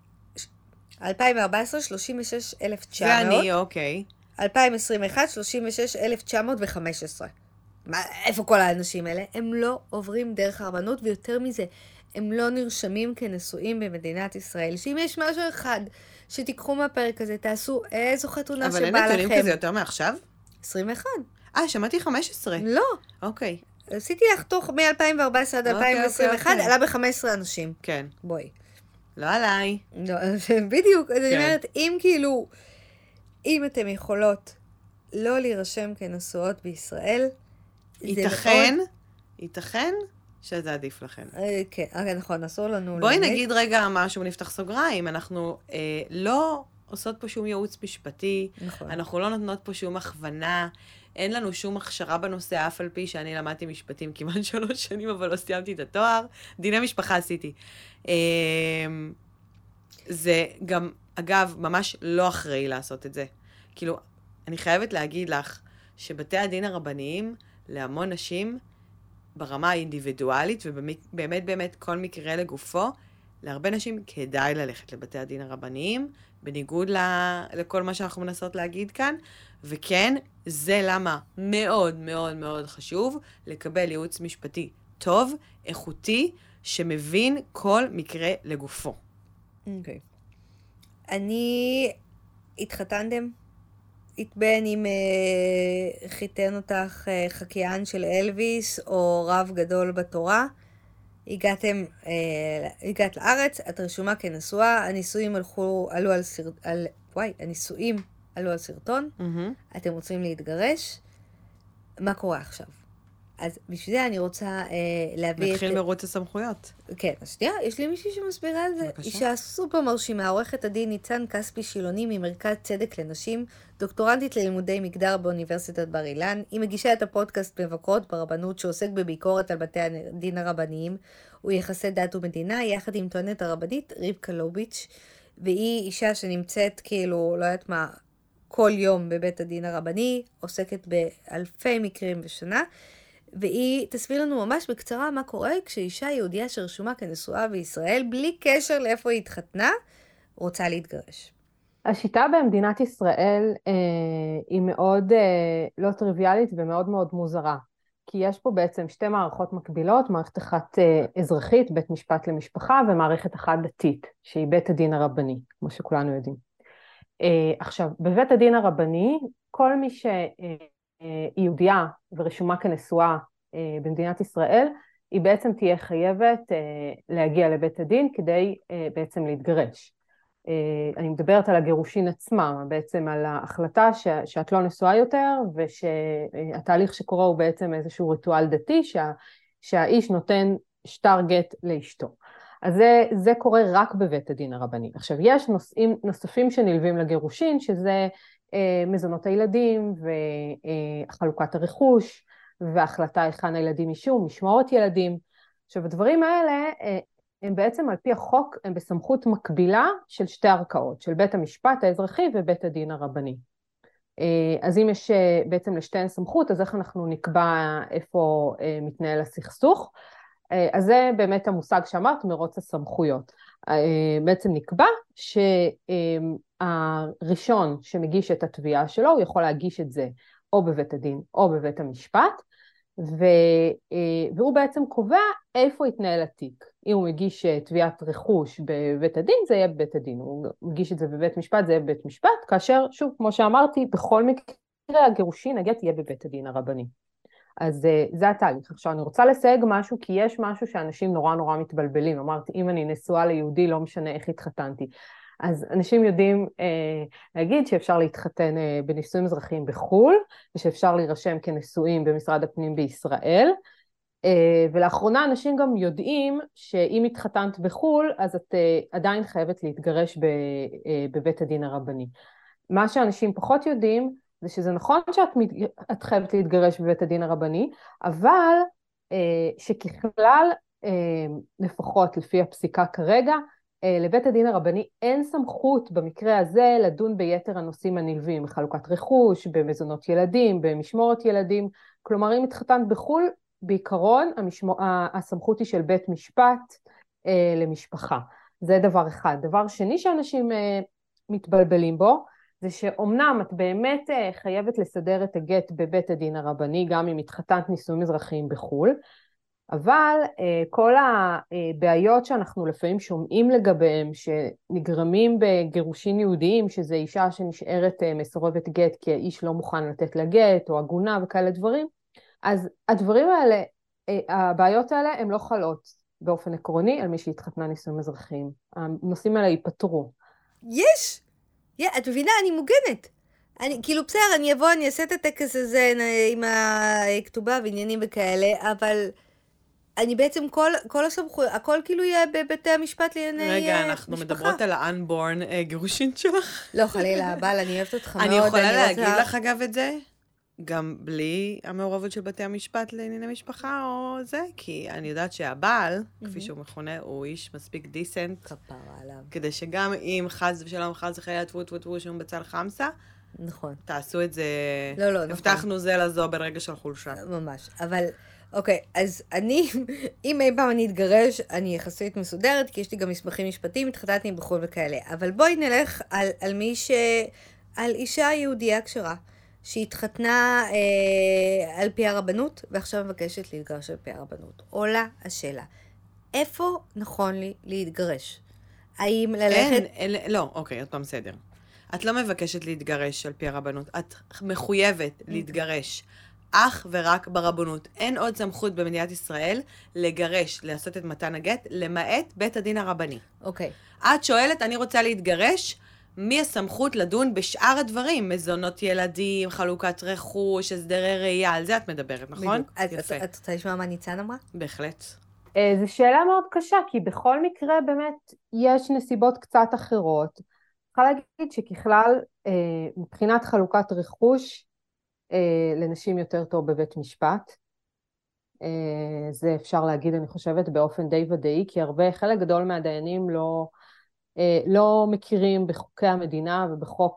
אלפיים וארבע עשרה, שלושים ושש אלף תשע מאות. ואני, אוקיי. אלפיים עשרים ואחת, שלושים ושש אלף תשע מאות וחמש עשרה. מה, איפה כל האנשים האלה? הם לא עוברים דרך הרבנות, ויותר מזה, הם לא נרשמים כנשואים במדינת ישראל. שאם יש משהו אחד שתיקחו מהפרק הזה, תעשו איזו חתונה שבא לכם. אבל אין נתונים כזה יותר מעכשיו? עשרים ואחת. אה, שמעתי חמש עשרה. לא. אוקיי. עשיתי לחתוך מ-אלפיים וארבע עשרה עד אלפיים ועשרים ואחת, אוקיי, אוקיי. עלה ב-חמישה עשר אנשים. כן. בואי. לא עליי. לא, בדיוק. אז אני אומרת, אם כאילו... אם אתם יכולות לא להירשם כנשואות בישראל, ייתכן, ייתכן שזה עדיף לכם. כן, נכון, אסור לנו... בואי נגיד רגע משהו, נפתח סוגריים, אנחנו לא עושות פה שום ייעוץ משפטי, אנחנו לא נותנות פה שום הכוונה, אין לנו שום הכשרה בנושא, אף על פי שאני למדתי משפטים כמעט שלוש שנים, אבל לא סיימתי את התואר. דיני משפחה עשיתי. זה גם, אגב, ממש לא אחראי לעשות את זה. כאילו, אני חייבת להגיד לך שבתי הדין הרבניים, להמון נשים, ברמה האינדיבידואלית, ובאמת באמת כל מקרה לגופו, להרבה נשים כדאי ללכת לבתי הדין הרבניים, בניגוד לכל מה שאנחנו מנסות להגיד כאן, וכן, זה למה מאוד מאוד מאוד חשוב לקבל ייעוץ משפטי טוב, איכותי, שמבין כל מקרה לגופו. אוקיי. אני התחתנתם? בין אם uh, חיתן אותך uh, חקיין של אלוויס או רב גדול בתורה, הגעתם, uh, הגעת לארץ, את רשומה כנשואה, הנישואים הלכו, עלו על סרט, על, וואי, הנישואים עלו על סרטון, mm-hmm. אתם רוצים להתגרש, מה קורה עכשיו? אז בשביל זה אני רוצה אה, להביא נתחיל את... מרוץ הסמכויות. כן, אז שנייה, יש לי מישהי שמסבירה על זה. בבקשה. אישה סופר מרשימה, עורכת הדין ניצן כספי שילוני ממרכז צדק לנשים, דוקטורנטית ללימודי מגדר באוניברסיטת בר אילן. היא מגישה את הפודקאסט מבקרות ברבנות שעוסק בביקורת על בתי הדין הרבניים ויחסי דת ומדינה, יחד עם טוענת הרבנית רבקה לוביץ', והיא אישה שנמצאת כאילו, לא יודעת מה, כל יום בבית הדין הרבני, עוסקת באלפי מקרים בשנה, והיא תסביר לנו ממש בקצרה מה קורה כשאישה יהודיה שרשומה כנשואה בישראל, בלי קשר לאיפה היא התחתנה, רוצה להתגרש. השיטה במדינת ישראל אה, היא מאוד אה, לא טריוויאלית ומאוד מאוד מוזרה. כי יש פה בעצם שתי מערכות מקבילות, מערכת אחת אה, אזרחית, בית משפט למשפחה, ומערכת אחת דתית, שהיא בית הדין הרבני, כמו שכולנו יודעים. אה, עכשיו, בבית הדין הרבני, כל מי ש... אה, יהודיה ורשומה כנשואה במדינת ישראל, היא בעצם תהיה חייבת להגיע לבית הדין כדי בעצם להתגרש. אני מדברת על הגירושין עצמם, בעצם על ההחלטה שאת לא נשואה יותר, ושהתהליך שקורה הוא בעצם איזשהו ריטואל דתי, שהאיש נותן שטר גט לאשתו. אז זה, זה קורה רק בבית הדין הרבני. עכשיו, יש נושאים נוספים שנלווים לגירושין, שזה מזונות הילדים וחלוקת הרכוש והחלטה היכן הילדים ישהו, משמורת ילדים. עכשיו הדברים האלה הם בעצם על פי החוק, הם בסמכות מקבילה של שתי ערכאות, של בית המשפט האזרחי ובית הדין הרבני. אז אם יש בעצם לשתיהן סמכות, אז איך אנחנו נקבע איפה מתנהל הסכסוך? אז זה באמת המושג שאמרת, מרוץ הסמכויות. בעצם נקבע שהראשון שמגיש את התביעה שלו, הוא יכול להגיש את זה או בבית הדין או בבית המשפט, והוא בעצם קובע איפה יתנהל התיק. אם הוא מגיש תביעת רכוש בבית הדין, זה יהיה בבית הדין. הוא מגיש את זה בבית משפט, זה יהיה בבית משפט, כאשר, שוב, כמו שאמרתי, בכל מקרה הגירושין הגט יהיה בבית הדין הרבני. אז זה התהליך. עכשיו, אני רוצה לסייג משהו, כי יש משהו שאנשים נורא נורא מתבלבלים. אמרתי, אם אני נשואה ליהודי, לא משנה איך התחתנתי. אז אנשים יודעים אה, להגיד שאפשר להתחתן אה, בנישואים אזרחיים בחו"ל, ושאפשר להירשם כנשואים במשרד הפנים בישראל, אה, ולאחרונה אנשים גם יודעים שאם התחתנת בחו"ל, אז את אה, עדיין חייבת להתגרש ב, אה, בבית הדין הרבני. מה שאנשים פחות יודעים, זה שזה נכון שאת את חייבת להתגרש בבית הדין הרבני, אבל אה, שככלל, אה, לפחות לפי הפסיקה כרגע, אה, לבית הדין הרבני אין סמכות במקרה הזה לדון ביתר הנושאים הנלווים, בחלוקת רכוש, במזונות ילדים, במשמורת ילדים, כלומר אם התחתנת בחו"ל, בעיקרון המשמור, הסמכות היא של בית משפט אה, למשפחה. זה דבר אחד. דבר שני שאנשים אה, מתבלבלים בו, זה שאומנם את באמת חייבת לסדר את הגט בבית הדין הרבני, גם אם התחתנת נישואים אזרחיים בחו"ל, אבל כל הבעיות שאנחנו לפעמים שומעים לגביהם, שנגרמים בגירושין יהודיים, שזה אישה שנשארת מסורבת גט כי האיש לא מוכן לתת לה גט, או עגונה וכאלה דברים, אז הדברים האלה, הבעיות האלה הן לא חלות באופן עקרוני על מי שהתחתנה נישואים אזרחיים. הנושאים האלה ייפתרו. יש! יא, את מבינה, אני מוגנת. אני, כאילו, בסדר, אני אבוא, אני אעשה את הטקס הזה עם הכתובה ועניינים וכאלה, אבל אני בעצם כל, כל הסמכות, הכל כאילו יהיה בבתי המשפט לענייני משפחה. רגע, אנחנו מדברות על ה-unborn גירושין שלך. לא, חלילה, אבל אני אוהבת אותך מאוד. אני יכולה להגיד לך אגב את זה? גם בלי המעורבות של בתי המשפט לענייני משפחה או זה, כי אני יודעת שהבעל, כפי שהוא מכונה, הוא איש מספיק דיסנט, כפרה עליו. כדי שגם אם חס ושלום חס וחלילה טפו טפו טפו שום בצל חמסה, נכון. תעשו את זה, לא, לא, נכון. הבטחנו זה לזו ברגע של חולשה. ממש, אבל אוקיי, אז אני, אם אי פעם אני אתגרש, אני יחסית מסודרת, כי יש לי גם מסמכים משפטיים, התחתנתי בחו"ל וכאלה. אבל בואי נלך על, על מי ש... על אישה יהודייה כשרה, שהתחתנה אה, על פי הרבנות, ועכשיו מבקשת להתגרש על פי הרבנות. עולה השאלה, איפה נכון לי להתגרש? האם ללכת... אין, אין, לא, אוקיי, עוד פעם בסדר. את לא מבקשת להתגרש על פי הרבנות, את מחויבת להתגרש. אך ורק ברבנות. אין עוד סמכות במדינת ישראל לגרש, לעשות את מתן הגט, למעט בית הדין הרבני. אוקיי. את שואלת, אני רוצה להתגרש, מי הסמכות לדון בשאר הדברים? מזונות ילדים, חלוקת רכוש, הסדרי ראייה, על זה את מדברת, נכון? בדיוק. יפה. את, את רוצה לשמוע מה ניצן אמרה? בהחלט. זו שאלה מאוד קשה, כי בכל מקרה באמת יש נסיבות קצת אחרות. אני יכולה להגיד שככלל, מבחינת חלוקת רכוש, לנשים יותר טוב בבית משפט. זה אפשר להגיד, אני חושבת, באופן די ודאי, כי הרבה, חלק גדול מהדיינים לא, לא מכירים בחוקי המדינה ובחוק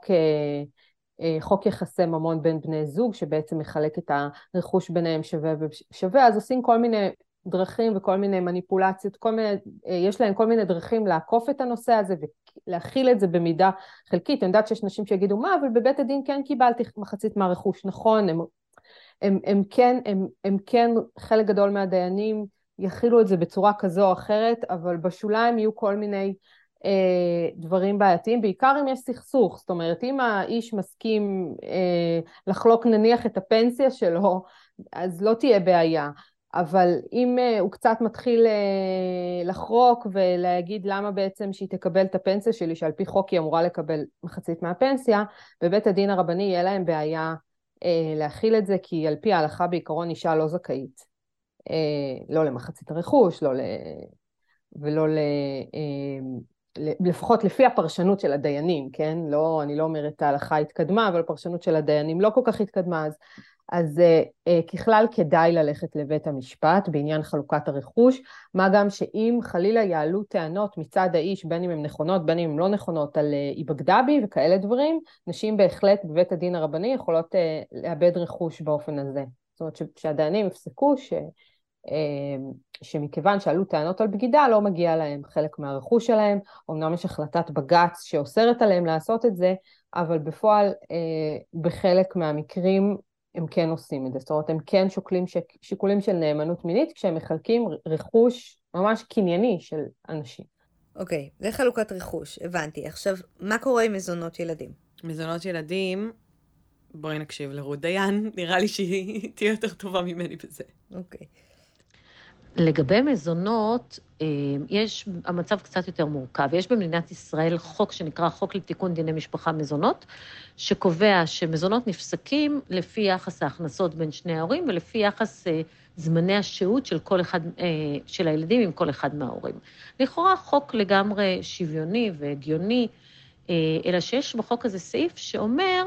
חוק יחסי ממון בין בני זוג, שבעצם מחלק את הרכוש ביניהם שווה ושווה, אז עושים כל מיני דרכים וכל מיני מניפולציות, כל מיני, יש להם כל מיני דרכים לעקוף את הנושא הזה ולהכיל את זה במידה חלקית. אני יודעת שיש נשים שיגידו, מה, אבל בבית הדין כן קיבלתי מחצית מהרכוש, נכון, הם, הם, הם, כן, הם, הם כן, חלק גדול מהדיינים יכילו את זה בצורה כזו או אחרת, אבל בשוליים יהיו כל מיני אה, דברים בעייתיים, בעיקר אם יש סכסוך, זאת אומרת, אם האיש מסכים אה, לחלוק נניח את הפנסיה שלו, אז לא תהיה בעיה. אבל אם uh, הוא קצת מתחיל uh, לחרוק ולהגיד למה בעצם שהיא תקבל את הפנסיה שלי, שעל פי חוק היא אמורה לקבל מחצית מהפנסיה, בבית הדין הרבני יהיה להם בעיה uh, להכיל את זה, כי על פי ההלכה בעיקרון אישה לא זכאית. Uh, לא למחצית הרכוש, לא ל... ולא ל... Uh, לפחות לפי הפרשנות של הדיינים, כן? לא, אני לא אומרת ההלכה התקדמה, אבל הפרשנות של הדיינים לא כל כך התקדמה, אז... אז אה, ככלל כדאי ללכת לבית המשפט בעניין חלוקת הרכוש, מה גם שאם חלילה יעלו טענות מצד האיש, בין אם הן נכונות, בין אם הן לא נכונות, על אה, איבגדה בי וכאלה דברים, נשים בהחלט בבית הדין הרבני יכולות אה, לאבד רכוש באופן הזה. זאת אומרת שהדיינים יפסקו ש, אה, שמכיוון שעלו טענות על בגידה, לא מגיע להם חלק מהרכוש שלהם, אומנם יש החלטת בג"ץ שאוסרת עליהם לעשות את זה, אבל בפועל אה, בחלק מהמקרים, הם כן עושים את זה, זאת אומרת, הם כן שוקלים שיקולים של נאמנות מינית, כשהם מחלקים רכוש ממש קנייני של אנשים. אוקיי, זה חלוקת רכוש, הבנתי. עכשיו, מה קורה עם מזונות ילדים? מזונות ילדים, בואי נקשיב לרות דיין, נראה לי שהיא תהיה יותר טובה ממני בזה. אוקיי. לגבי מזונות, יש, המצב קצת יותר מורכב. יש במדינת ישראל חוק שנקרא חוק לתיקון דיני משפחה מזונות, שקובע שמזונות נפסקים לפי יחס ההכנסות בין שני ההורים, ולפי יחס זמני השהות של כל אחד, של הילדים עם כל אחד מההורים. לכאורה חוק לגמרי שוויוני והגיוני, אלא שיש בחוק הזה סעיף שאומר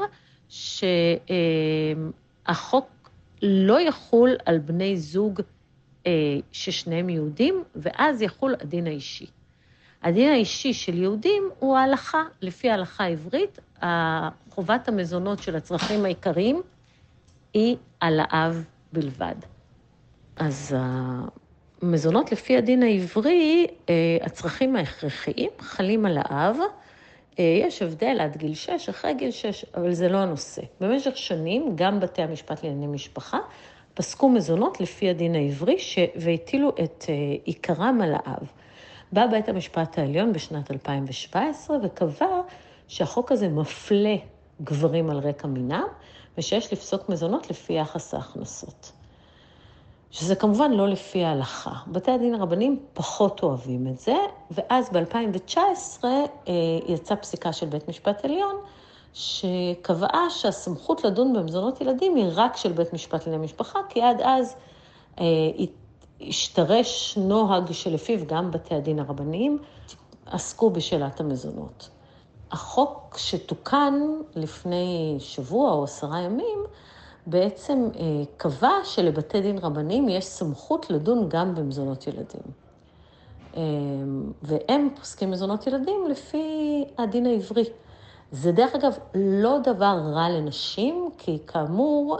שהחוק לא יחול על בני זוג ששניהם יהודים, ואז יחול הדין האישי. הדין האישי של יהודים הוא ההלכה, לפי ההלכה העברית, חובת המזונות של הצרכים העיקריים היא על האב בלבד. אז המזונות לפי הדין העברי, הצרכים ההכרחיים חלים על האב, יש הבדל עד גיל שש, אחרי גיל שש, אבל זה לא הנושא. במשך שנים, גם בתי המשפט לענייני משפחה, פסקו מזונות לפי הדין העברי והטילו את עיקרם על האב. בא בית המשפט העליון בשנת אלפיים שבע עשרה וקבע שהחוק הזה מפלה גברים על רקע מינם, ושיש לפסוק מזונות לפי יחס ההכנסות. שזה כמובן לא לפי ההלכה. בתי הדין הרבניים פחות אוהבים את זה, ואז ב-אלפיים תשע עשרה יצאה פסיקה של בית משפט עליון, שקבעה שהסמכות לדון במזונות ילדים היא רק של בית משפט לענייני משפחה, כי עד אז אה, השתרש נוהג שלפיו גם בתי הדין הרבניים עסקו בשאלת המזונות. החוק שתוקן לפני שבוע או עשרה ימים, בעצם קבע שלבתי דין רבניים יש סמכות לדון גם במזונות ילדים. והם פוסקים מזונות ילדים לפי הדין העברי. זה דרך אגב לא דבר רע לנשים, כי כאמור,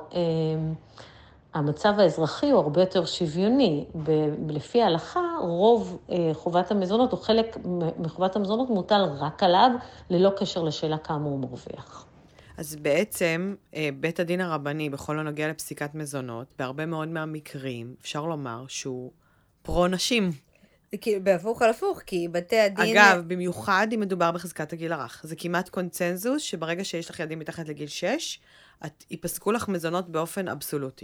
המצב האזרחי הוא הרבה יותר שוויוני. לפי ההלכה, רוב חובת המזונות, או חלק מחובת המזונות מוטל רק עליו, ללא קשר לשאלה כמה הוא מרוויח. אז בעצם, בית הדין הרבני, בכל הנוגע לפסיקת מזונות, בהרבה מאוד מהמקרים, אפשר לומר שהוא פרו-נשים. כאילו, בהפוך על הפוך, כי בתי הדין... אגב, במיוחד אם מדובר בחזקת הגיל הרך. זה כמעט קונצנזוס, שברגע שיש לך ילדים מתחת לגיל שש, את ייפסקו לך מזונות באופן אבסולוטי.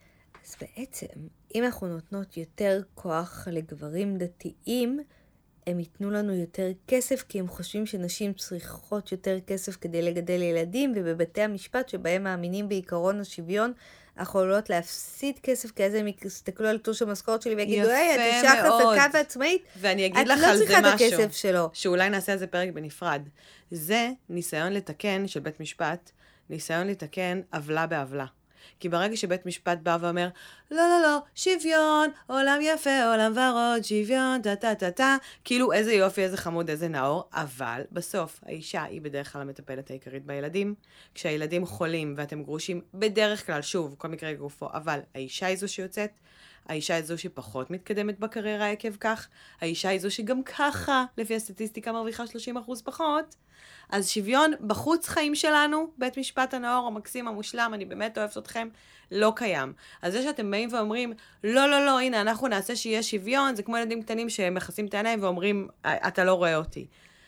אז בעצם, אם אנחנו נותנות יותר כוח לגברים דתיים, הם ייתנו לנו יותר כסף, כי הם חושבים שנשים צריכות יותר כסף כדי לגדל ילדים, ובבתי המשפט שבהם מאמינים בעיקרון השוויון, יכולות להפסיד כסף, כי אז הם יסתכלו על תלוש המשכורת שלי ויגידו, היי, את אישה חזקה ועצמאית, ואני אגיד לך על זה משהו, שאולי נעשה על זה פרק בנפרד. זה ניסיון לתקן של בית משפט, ניסיון לתקן עוולה בעוולה. כי ברגע שבית משפט בא ואומר, לא, לא, לא, שוויון, עולם יפה, עולם ורוד, שוויון, טה, טה, טה, טה, כאילו איזה יופי, איזה חמוד, איזה נאור, אבל בסוף האישה היא בדרך כלל המטפלת העיקרית בילדים. כשהילדים חולים ואתם גרושים, בדרך כלל, שוב, כל מקרה גופו, אבל האישה היא זו שיוצאת, האישה היא זו שפחות מתקדמת בקריירה עקב כך, האישה היא זו שגם ככה, לפי הסטטיסטיקה, מרוויחה שלושים אחוז פחות, אז שוויון בחוץ חיים שלנו, בית משפט הנאור, המקסים, המושלם, אני באמת אוהבת אתכם, לא קיים. אז זה שאתם באים ואומרים, לא, לא, לא, הנה, אנחנו נעשה שיהיה שוויון, זה כמו ילדים קטנים שמכסים את העיניים ואומרים, אתה לא רואה אותי.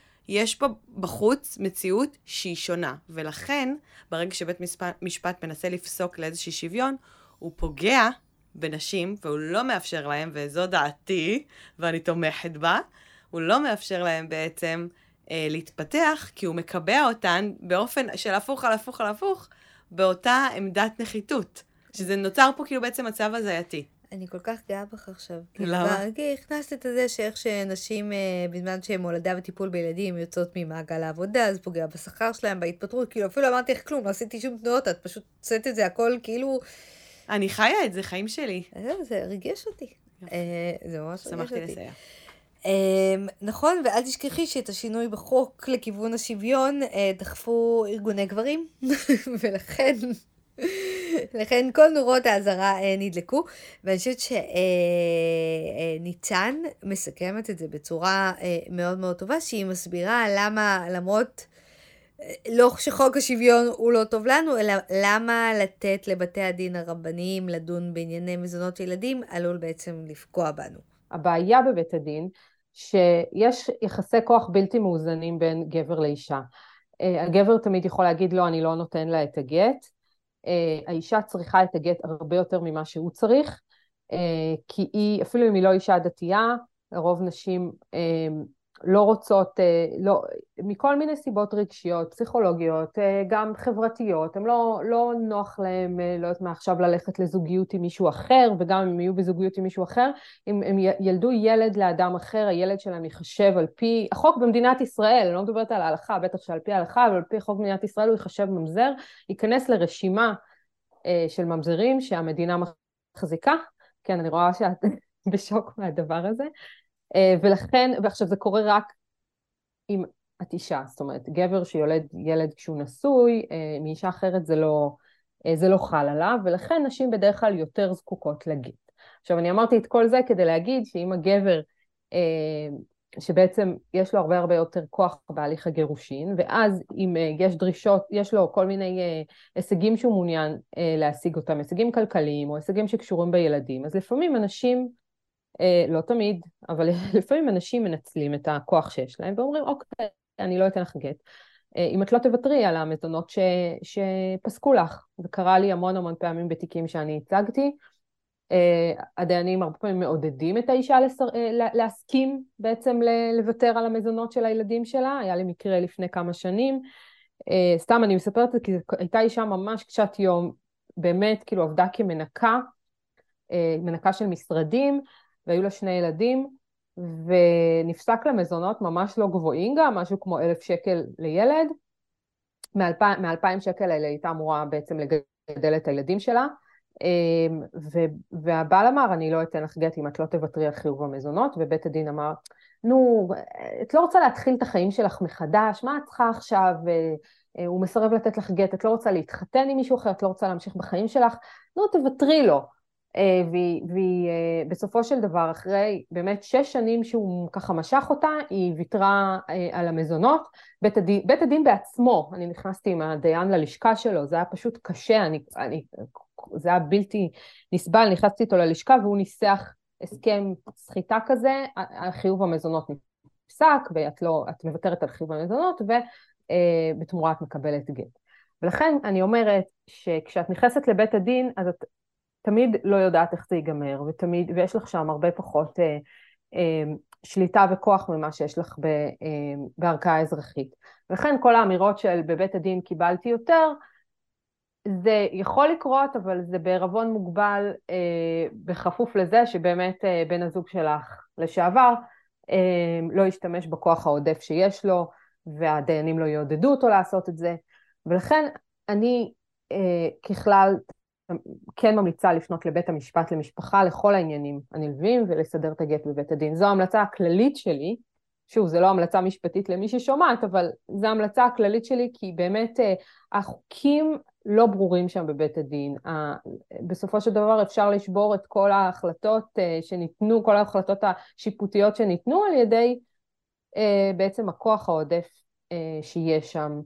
יש פה בחוץ מציאות שהיא שונה, ולכן, ברגע שבית משפט, משפט מנסה לפסוק לאיזושהי שוויון, הוא פוגע בנשים, והוא לא מאפשר להם, וזו דעתי, ואני תומכת בה, הוא לא מאפשר להם בעצם אה, להתפתח, כי הוא מקבע אותן באופן של הפוך על הפוך על הפוך, באותה עמדת נחיתות. שזה נוצר פה כאילו בעצם מצב הזייתי. אני כל כך גאה בך עכשיו. למה? כי הכנסת את זה שאיך שנשים, אה, בזמן שהן מולדה וטיפול בילדים, יוצאות ממעגל העבודה, אז פוגע בשכר שלהם, בהתפטרות, כאילו אפילו אמרתי איך כלום, לא עשיתי שום תנועות, את פשוט עשית את זה הכל כאילו... אני חיה את זה, חיים שלי. זה ריגש אותי. זה ממש ריגש אותי. שמחתי לסייע. נכון, ואל תשכחי שאת השינוי בחוק לכיוון השוויון דחפו ארגוני גברים, ולכן לכן כל נורות האזהרה נדלקו, ואני חושבת שניצן מסכמת את זה בצורה מאוד מאוד טובה, שהיא מסבירה למה, למרות לא שחוק השוויון הוא לא טוב לנו, אלא למה לתת לבתי הדין הרבניים לדון בענייני מזונות ילדים, עלול בעצם לפגוע בנו. הבעיה בבית הדין, שיש יחסי כוח בלתי מאוזנים בין גבר לאישה. הגבר תמיד יכול להגיד, לא, אני לא נותן לה את הגט. האישה צריכה את הגט הרבה יותר ממה שהוא צריך, כי היא, אפילו אם היא לא אישה דתייה, רוב נשים לא רוצות, לא, מכל מיני סיבות רגשיות, פסיכולוגיות, גם חברתיות, הם לא, לא נוח להם, לא יודעת מה, עכשיו ללכת לזוגיות עם מישהו אחר, וגם אם הם יהיו בזוגיות עם מישהו אחר, אם הם ילדו ילד לאדם אחר, הילד שלהם יחשב על פי, החוק במדינת ישראל, אני לא מדברת על ההלכה, בטח שעל פי ההלכה, אבל על פי חוק במדינת ישראל הוא יחשב ממזר, ייכנס לרשימה של ממזרים שהמדינה מחזיקה, כן, אני רואה שאת בשוק מהדבר הזה, ולכן, ועכשיו זה קורה רק עם את אישה, זאת אומרת, גבר שיולד ילד כשהוא נשוי, מאישה אחרת זה לא, זה לא חל עליו, ולכן נשים בדרך כלל יותר זקוקות לגט. עכשיו, אני אמרתי את כל זה כדי להגיד שאם הגבר, שבעצם יש לו הרבה הרבה יותר כוח בהליך הגירושין, ואז אם יש דרישות, יש לו כל מיני הישגים שהוא מעוניין להשיג אותם, הישגים כלכליים או הישגים שקשורים בילדים, אז לפעמים אנשים, לא תמיד, אבל לפעמים אנשים מנצלים את הכוח שיש להם, ואומרים, אוקיי, אני לא אתן לך גט. אם את לא תוותרי על המזונות ש... שפסקו לך, זה קרה לי המון המון פעמים בתיקים שאני הצגתי, הדיינים הרבה פעמים מעודדים את האישה לסר... להסכים בעצם לוותר על המזונות של הילדים שלה, היה לי מקרה לפני כמה שנים, סתם אני מספרת את זה, כי הייתה אישה ממש קשת יום, באמת כאילו עבדה כמנקה, מנקה של משרדים, והיו לה שני ילדים, ונפסק למזונות ממש לא גבוהים גם, משהו כמו אלף שקל לילד, מאלפיים שקל האלה הייתה אמורה בעצם לגדל את הילדים שלה, ו- והבעל אמר, אני לא אתן לך גט אם את לא תוותרי על חיוב המזונות, ובית הדין אמר, נו, את לא רוצה להתחיל את החיים שלך מחדש, מה את צריכה עכשיו? הוא מסרב לתת לך גט, את לא רוצה להתחתן עם מישהו אחר, את לא רוצה להמשיך בחיים שלך, נו, תוותרי לו. ובסופו של דבר, אחרי באמת שש שנים שהוא ככה משך אותה, היא ויתרה על המזונות. בית הדין, בית הדין בעצמו, אני נכנסתי עם הדיין ללשכה שלו, זה היה פשוט קשה, אני, אני, זה היה בלתי נסבל, נכנסתי איתו ללשכה והוא ניסח הסכם סחיטה כזה, חיוב המזונות נפסק, ואת לא, את מוותרת על חיוב המזונות, ובתמורה את מקבלת גט. ולכן אני אומרת שכשאת נכנסת לבית הדין, אז את תמיד לא יודעת איך זה ייגמר, ותמיד, ויש לך שם הרבה פחות אה, אה, שליטה וכוח ממה שיש לך ב, אה, בערכאה האזרחית. ולכן כל האמירות של בבית הדין קיבלתי יותר, זה יכול לקרות, אבל זה בערבון מוגבל אה, בכפוף לזה שבאמת אה, בן הזוג שלך לשעבר אה, לא ישתמש בכוח העודף שיש לו, והדיינים לא יעודדו אותו לעשות את זה. ולכן אני אה, ככלל כן ממליצה לפנות לבית המשפט למשפחה לכל העניינים הנלווים ולסדר את הגט בבית הדין. זו ההמלצה הכללית שלי, שוב, זה לא המלצה משפטית למי ששומעת, אבל זו ההמלצה הכללית שלי, כי באמת החוקים לא ברורים שם בבית הדין. בסופו של דבר אפשר לשבור את כל ההחלטות שניתנו, כל ההחלטות השיפוטיות שניתנו על ידי בעצם הכוח העודף שיש שם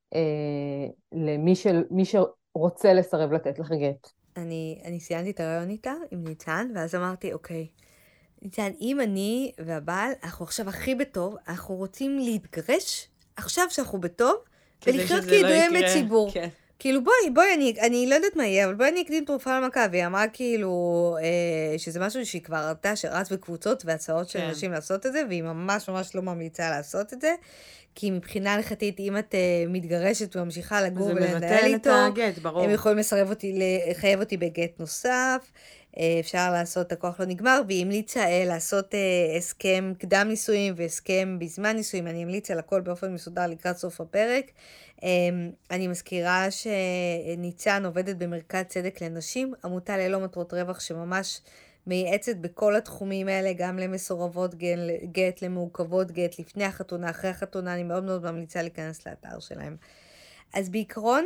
למי של, מי שרוצה לסרב לתת לך גט. אני, אני סיימתי את הרעיון איתה עם ניצן, ואז אמרתי, אוקיי, ניצן, אם אני והבעל, אנחנו עכשיו הכי בטוב, אנחנו רוצים להתגרש, עכשיו שאנחנו בטוב, ולחיות כידועים בציבור. כן. כאילו בואי, בואי, אני, אני לא יודעת מה יהיה, אבל בואי אני אקדים תרופה למכה, והיא אמרה כאילו, אה, שזה משהו שהיא כבר ראתה, שרץ בקבוצות והצעות של אנשים לעשות את זה, והיא ממש ממש לא ממליצה לעשות את זה, כי מבחינה הלכתית, אם את uh, מתגרשת וממשיכה לגור ולנהל איתו, הגט, הם יכולים לסרב אותי, לחייב אותי בגט נוסף, אפשר לעשות, הכוח לא נגמר, והיא המליצה לעשות הסכם קדם נישואים והסכם בזמן נישואים, אני המליצה על הכל באופן מסודר לקראת סוף הפרק. אני מזכירה שניצן עובדת במרכז צדק לנשים, עמותה ללא מטרות רווח שממש מייעצת בכל התחומים האלה, גם למסורבות גט, למעוכבות גט, לפני החתונה, אחרי החתונה, אני מאוד מאוד ממליצה להיכנס לאתר שלהם. אז בעיקרון,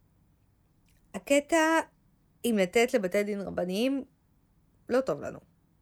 הקטע אם לתת לבתי דין רבניים, לא טוב לנו.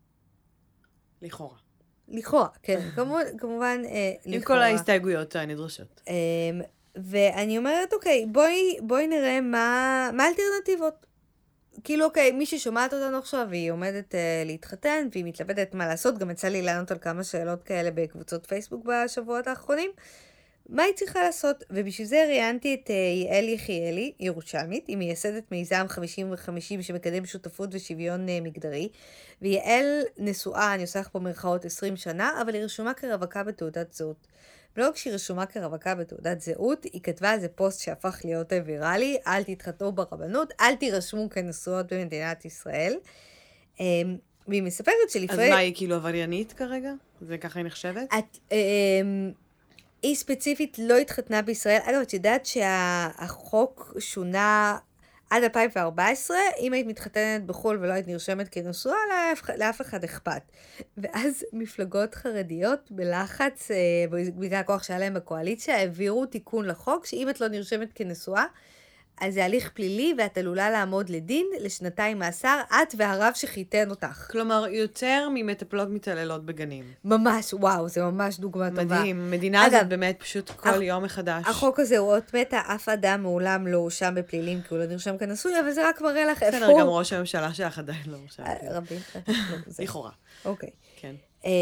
לכאורה. לכאורה, כן. כמובן, כמובן לכאורה. עם כל ההסתייגויות הנדרשות. ואני אומרת, אוקיי, בואי, בואי נראה מה, מה האלטרנטיבות. כאילו, אוקיי, מי ששומעת אותנו עכשיו, והיא עומדת uh, להתחתן, והיא מתלבטת מה לעשות, גם יצא לי לענות על כמה שאלות כאלה בקבוצות פייסבוק בשבועות האחרונים, מה היא צריכה לעשות? ובשביל זה ראיינתי את uh, יעל יחיאלי, ירושלמית, היא מייסדת מיזם חמישים וחמישים שמקדם שותפות ושוויון uh, מגדרי, ויעל נשואה, אני עושה לך פה מרכאות עשרים שנה, אבל היא רשומה כרווקה בתעודת זהות. ולא כשהיא רשומה כרווקה בתעודת זהות, היא כתבה על זה פוסט שהפך להיות ויראלי, אל תתחתנו ברבנות, אל תירשמו כנשואות במדינת ישראל. והיא מספרת שלפעמים... אז מה, היא כאילו עבריינית כרגע? זה ככה היא נחשבת? את, היא ספציפית לא התחתנה בישראל. אגב, את יודעת שהחוק שונה עד אלפיים וארבע עשרה, אם היית מתחתנת בחול ולא היית נרשמת כנשואה, לאף אחד אכפת. ואז מפלגות חרדיות בלחץ, בגלל הכוח שהיה להם בקואליציה, העבירו תיקון לחוק, שאם את לא נרשמת כנשואה, אז זה הליך פלילי, ואת עלולה לעמוד לדין לשנתיים מאסר, את והרב שחיתן אותך. כלומר, יותר ממטפלות מתעללות בגנים. ממש, וואו, זה ממש דוגמה טובה. מדהים, מדינה הזאת באמת פשוט כל יום מחדש. החוק הזה הוא אות מתה, אף אדם מעולם לא הושם בפלילים, כי הוא לא נרשם כנשוי, אבל זה רק מראה לך איפה... בסדר, גם ראש הממשלה שלך עדיין לא הושם בפלילים. רבים. לכאורה. אוקיי. כן.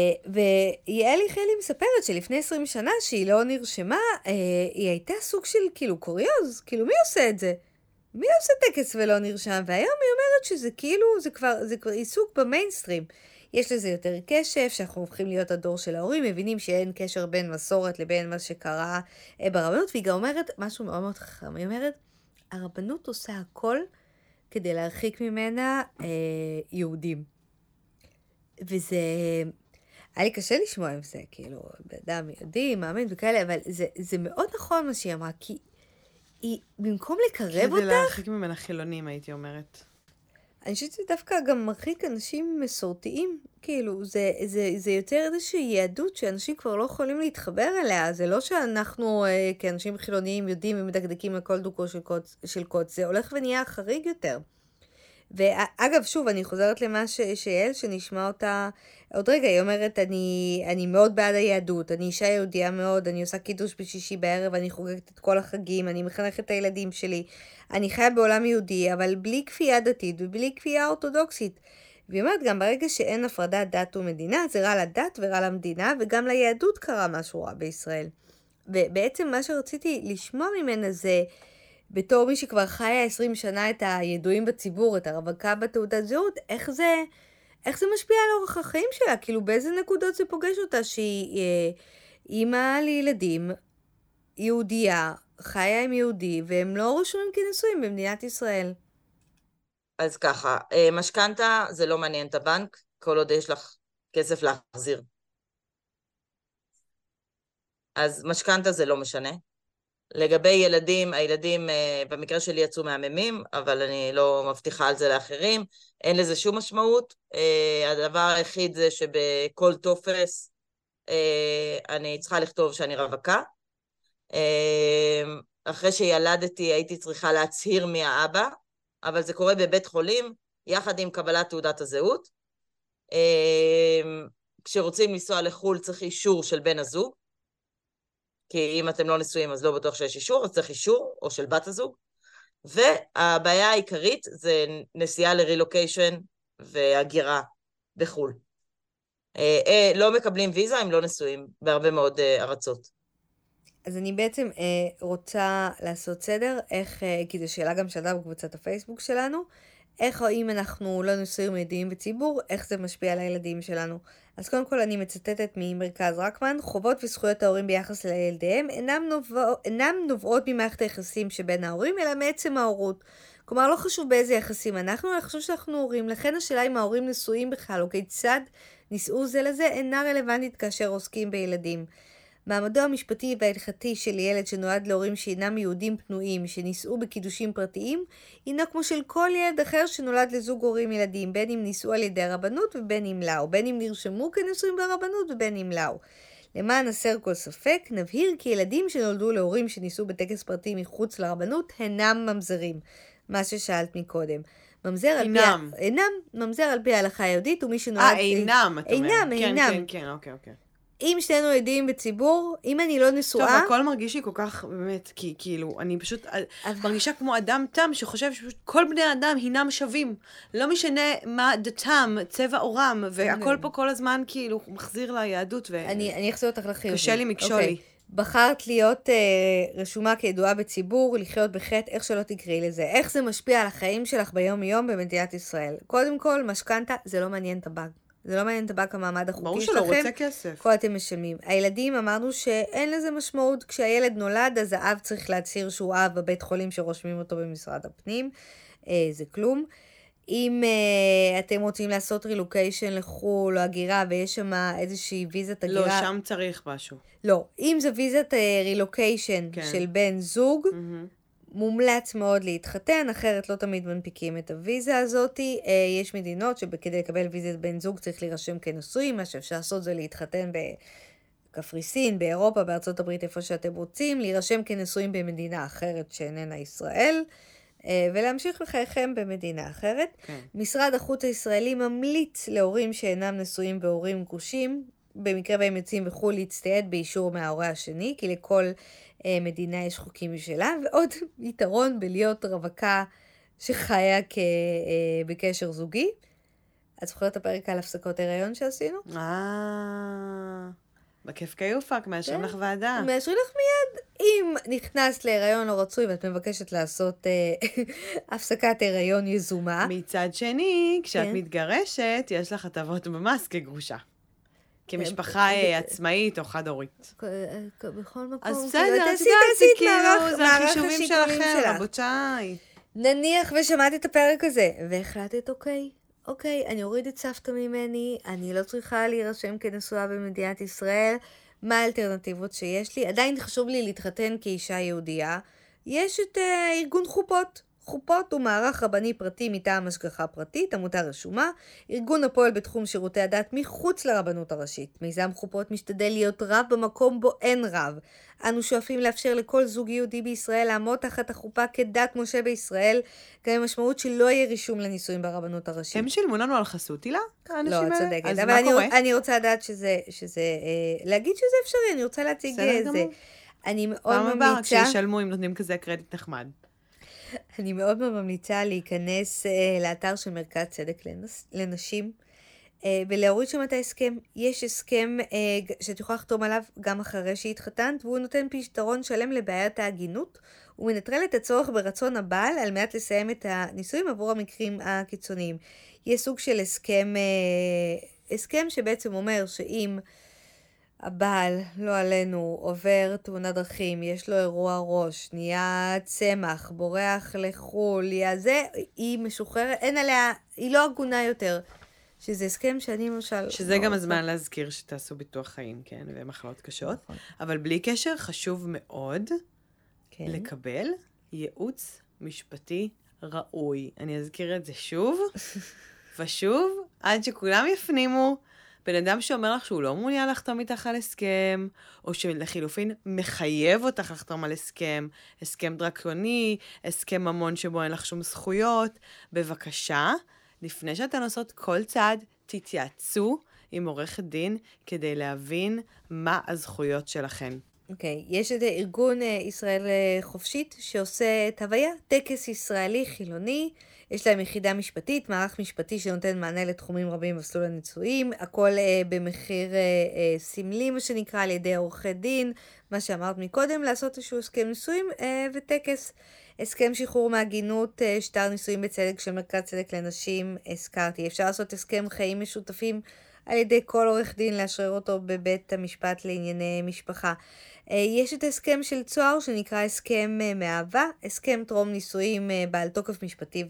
ויעל יחיאלי מספרת שלפני עשרים שנה שהיא לא נרשמה, היא הייתה סוג של כאילו קוריוז, כאילו מי עושה את זה? מי עושה טקס ולא נרשם? והיום היא אומרת שזה כאילו, זה כבר, זה כבר עיסוק במיינסטרים. יש לזה יותר קשב, שאנחנו הופכים להיות הדור של ההורים, מבינים שאין קשר בין מסורת לבין מה שקרה ברבנות, והיא גם אומרת משהו מאוד מאוד חכם, היא אומרת, הרבנות עושה הכל כדי להרחיק ממנה אה, יהודים. וזה... היה לי קשה לשמוע עם זה, כאילו, באדם יהודי, מאמין וכאלה, אבל זה, זה מאוד נכון מה שהיא אמרה, כי היא, במקום לקרב כדי אותך, להרחיק ממנה חילונים, הייתי אומרת. אני חושבת שזה דווקא גם מרחיק אנשים מסורתיים, כאילו, זה, זה, זה יותר איזושהי יהדות שאנשים כבר לא יכולים להתחבר אליה, זה לא שאנחנו אה, כאנשים חילוניים יודעים ומדקדקים על כל דוקו של קוץ, של קוץ, זה הולך ונהיה חריג יותר. ואגב, שוב, אני חוזרת למה ש... שיעל, שנשמע אותה עוד רגע, היא אומרת, אני, אני מאוד בעד היהדות, אני אישה יהודיה מאוד, אני עושה קידוש בשישי בערב, אני חוגגת את כל החגים, אני מחנכת את הילדים שלי, אני חיה בעולם יהודי, אבל בלי כפייה דתית ובלי כפייה אורתודוקסית. והיא אומרת, גם ברגע שאין הפרדת דת ומדינה, זה רע לדת ורע למדינה, וגם ליהדות קרה משהו רע בישראל. ובעצם מה שרציתי לשמוע ממנה זה, בתור מי שכבר חיה עשרים שנה את הידועים בציבור, את הרווקה בתעודת זהות, איך זה, איך זה משפיע על אורח החיים שלה? כאילו באיזה נקודות זה פוגש אותה שהיא אה, אימא לילדים, יהודייה, חיה עם יהודי, והם לא רשומים כנשואים במדינת ישראל. אז ככה, משכנתה זה לא מעניין את הבנק, כל עוד יש לך כסף להחזיר. אז משכנתה זה לא משנה. לגבי ילדים, הילדים במקרה שלי יצאו מהממים, אבל אני לא מבטיחה על זה לאחרים, אין לזה שום משמעות. הדבר היחיד זה שבכל טופס אני צריכה לכתוב שאני רווקה. אחרי שילדתי הייתי צריכה להצהיר מהאבא, אבל זה קורה בבית חולים, יחד עם קבלת תעודת הזהות. כשרוצים לנסוע לחול צריך אישור של בן הזוג, כי אם אתם לא נשואים אז לא בטוח שיש אישור, אז צריך אישור, או של בת הזוג. והבעיה העיקרית זה נסיעה לרילוקיישן והגירה בחול. לא מקבלים ויזה אם לא נשואים, בהרבה מאוד ארצות. אז אני בעצם אה, רוצה לעשות סדר, איך, אה, כי זו שאלה גם שאלה בקבוצת הפייסבוק שלנו, איך אם אנחנו לא נשואים ידועים בציבור, איך זה משפיע על הילדים שלנו. אז קודם כל אני מצטטת ממרכז רקמן, חובות וזכויות ההורים ביחס לילדיהם אינם, נובע, אינם נובעות ממערכת היחסים שבין ההורים, אלא מעצם ההורות. כלומר, לא חשוב באיזה יחסים אנחנו, אלא חשוב שאנחנו הורים. לכן השאלה אם ההורים נשואים בכלל, או כיצד נישאו זה לזה, אינה רלוונטית כאשר עוסקים בילדים. מעמדו המשפטי וההלכתי של ילד שנועד להורים שאינם יהודים פנויים, שנישאו בקידושים פרטיים, הינו כמו של כל ילד אחר שנולד לזוג הורים ילדים, בין אם נישאו על ידי הרבנות ובין אם לאו, בין אם נרשמו כנישואים ברבנות ובין אם לאו. למען הסר כל ספק, נבהיר כי ילדים שנולדו להורים שנישאו בטקס פרטי מחוץ לרבנות, אינם ממזרים, מה ששאלת מקודם. ממזר על פי... אינם. אינם, ממזר על פי ההלכה היהודית, ומי שנולד... אה, אינם, את אומרת. אינם, אינם. כן, כן, כן, אוקיי, אוקיי. אם שנינו עדים בציבור, אם אני לא נשואה... טוב, הכל מרגיש לי כל כך, באמת, כי כאילו, אני פשוט מרגישה כמו אדם תם שחושב שכל בני האדם הינם שווים. לא משנה מה דתם, צבע עורם, והכל פה כל הזמן כאילו מחזיר ליהדות. ו... אני, אני אחזיר אותך לחיובי. קשה לי מקשולי. Okay. בחרת להיות אה, רשומה כידועה בציבור, לחיות בחטא, איך שלא תקראי לזה. איך זה משפיע על החיים שלך ביום יום במדינת ישראל? קודם כל, משכנתה, זה לא מעניין את הבנק. זה לא מעניין את הבנק המעמד החוקי שלכם. ברור שלא רוצה כסף. כל אתם משלמים. הילדים אמרנו שאין לזה משמעות. כשהילד נולד, אז האב צריך להצהיר שהוא אב בבית חולים שרושמים אותו במשרד הפנים. אה, זה כלום. אם אה, אתם רוצים לעשות רילוקיישן לחול או הגירה, ויש שם איזושהי ויזת הגירה... לא, שם צריך משהו. לא. אם זה ויזת אה, רילוקיישן כן. של בן זוג... Mm-hmm. מומלץ מאוד להתחתן, אחרת לא תמיד מנפיקים את הוויזה הזאת. יש מדינות שכדי לקבל ויזת בן זוג צריך להירשם כנשוי, מה שאפשר לעשות זה להתחתן בקפריסין, באירופה, בארצות הברית, איפה שאתם רוצים, להירשם כנשואים במדינה אחרת שאיננה ישראל, ולהמשיך לחייכם במדינה אחרת. כן. משרד החוץ הישראלי ממליץ להורים שאינם נשואים והורים גרושים, במקרה בהם יוצאים בחו"ל להצטייד באישור מההורה השני, כי לכל מדינה יש חוקים משלה, ועוד יתרון בלהיות רווקה שחיה כ... בקשר זוגי. את זוכרת הפרק על הפסקות הריון שעשינו? אה, בכיף כיופק, מאשרים לך ועדה. מאשרים לך מיד. אם נכנסת להיריון לא רצוי ואת מבקשת לעשות הפסקת הריון יזומה. מצד שני, כשאת מתגרשת, יש לך הטבות במס כגרושה. כמשפחה עצמאית או חד-הורית. בכל מקום. אז בסדר, את יודעת, כאילו, זה החישובים שלכם, רבותיי. נניח ושמעת את הפרק הזה, והחלטת, אוקיי, אוקיי, אני אוריד את סבתא ממני, אני לא צריכה להירשם כנשואה במדינת ישראל, מה האלטרנטיבות שיש לי? עדיין חשוב לי להתחתן כאישה יהודייה, יש את אה, ארגון חופות. חופות הוא מערך רבני פרטי מטעם השגחה פרטית, עמותה רשומה, ארגון הפועל בתחום שירותי הדת מחוץ לרבנות הראשית. מיזם חופות משתדל להיות רב במקום בו אין רב. אנו שואפים לאפשר לכל זוג יהודי בישראל לעמוד תחת החופה כדת משה בישראל, גם עם משמעות שלא יהיה רישום לנישואים ברבנות הראשית. הם שילמו לנו על חסות, הילה? לא, את צודקת. אבל אני, אני רוצה לדעת שזה, שזה אה, להגיד שזה אפשרי, אני רוצה להציג זה. אני מאוד פעם ממליצה... הבאה, כשישלמו אם נותנים כזה קרדיט נחמד. אני מאוד ממליצה להיכנס uh, לאתר של מרכז צדק לנס, לנשים, uh, ולהוריד שם את ההסכם. יש הסכם uh, שאת יכולה לחתום עליו גם אחרי שהתחתנת, והוא נותן פתרון שלם לבעיית ההגינות, הוא מנטרל את הצורך ברצון הבעל על מנת לסיים את הנישואים עבור המקרים הקיצוניים. יש סוג של הסכם, uh, הסכם שבעצם אומר שאם הבעל, לא עלינו, עובר תאונת דרכים, יש לו אירוע ראש, נהיה צמח, בורח לחול, יהיה זה, היא משוחררת, אין עליה, היא לא הגונה יותר. שזה הסכם שאני למשל... שזה גם הזמן להזכיר שתעשו ביטוח חיים, כן, ומחלות קשות. אבל בלי קשר, חשוב מאוד לקבל ייעוץ משפטי ראוי. אני אזכיר את זה שוב, ושוב, עד שכולם יפנימו, בן אדם שאומר לך שהוא לא מעוניין לחתום איתך על הסכם, או שלחילופין מחייב אותך לחתום על הסכם, הסכם דרקוני, הסכם ממון שבו אין לך שום זכויות, בבקשה, לפני שאתן עושות כל צעד, תתייעצו עם עורכת דין כדי להבין מה הזכויות שלכן. אוקיי, okay. יש את ארגון ישראל חופשית שעושה את הוויה, טקס ישראלי חילוני, יש להם יחידה משפטית, מערך משפטי שנותן מענה לתחומים רבים במסלול הנישואים, הכל אה, במחיר אה, אה, סמלי, מה שנקרא, על ידי עורכי דין, מה שאמרת מקודם, לעשות איזשהו הסכם נישואים אה, וטקס. הסכם שחרור מהגינות, אה, שטר נישואים בצדק של מרכז צדק לנשים, הזכרתי. אפשר לעשות הסכם חיים משותפים על ידי כל עורך דין, לאשרר אותו בבית המשפט לענייני משפחה. יש את הסכם של צוהר שנקרא הסכם מאהבה, הסכם טרום נישואים בעל תוקף משפטי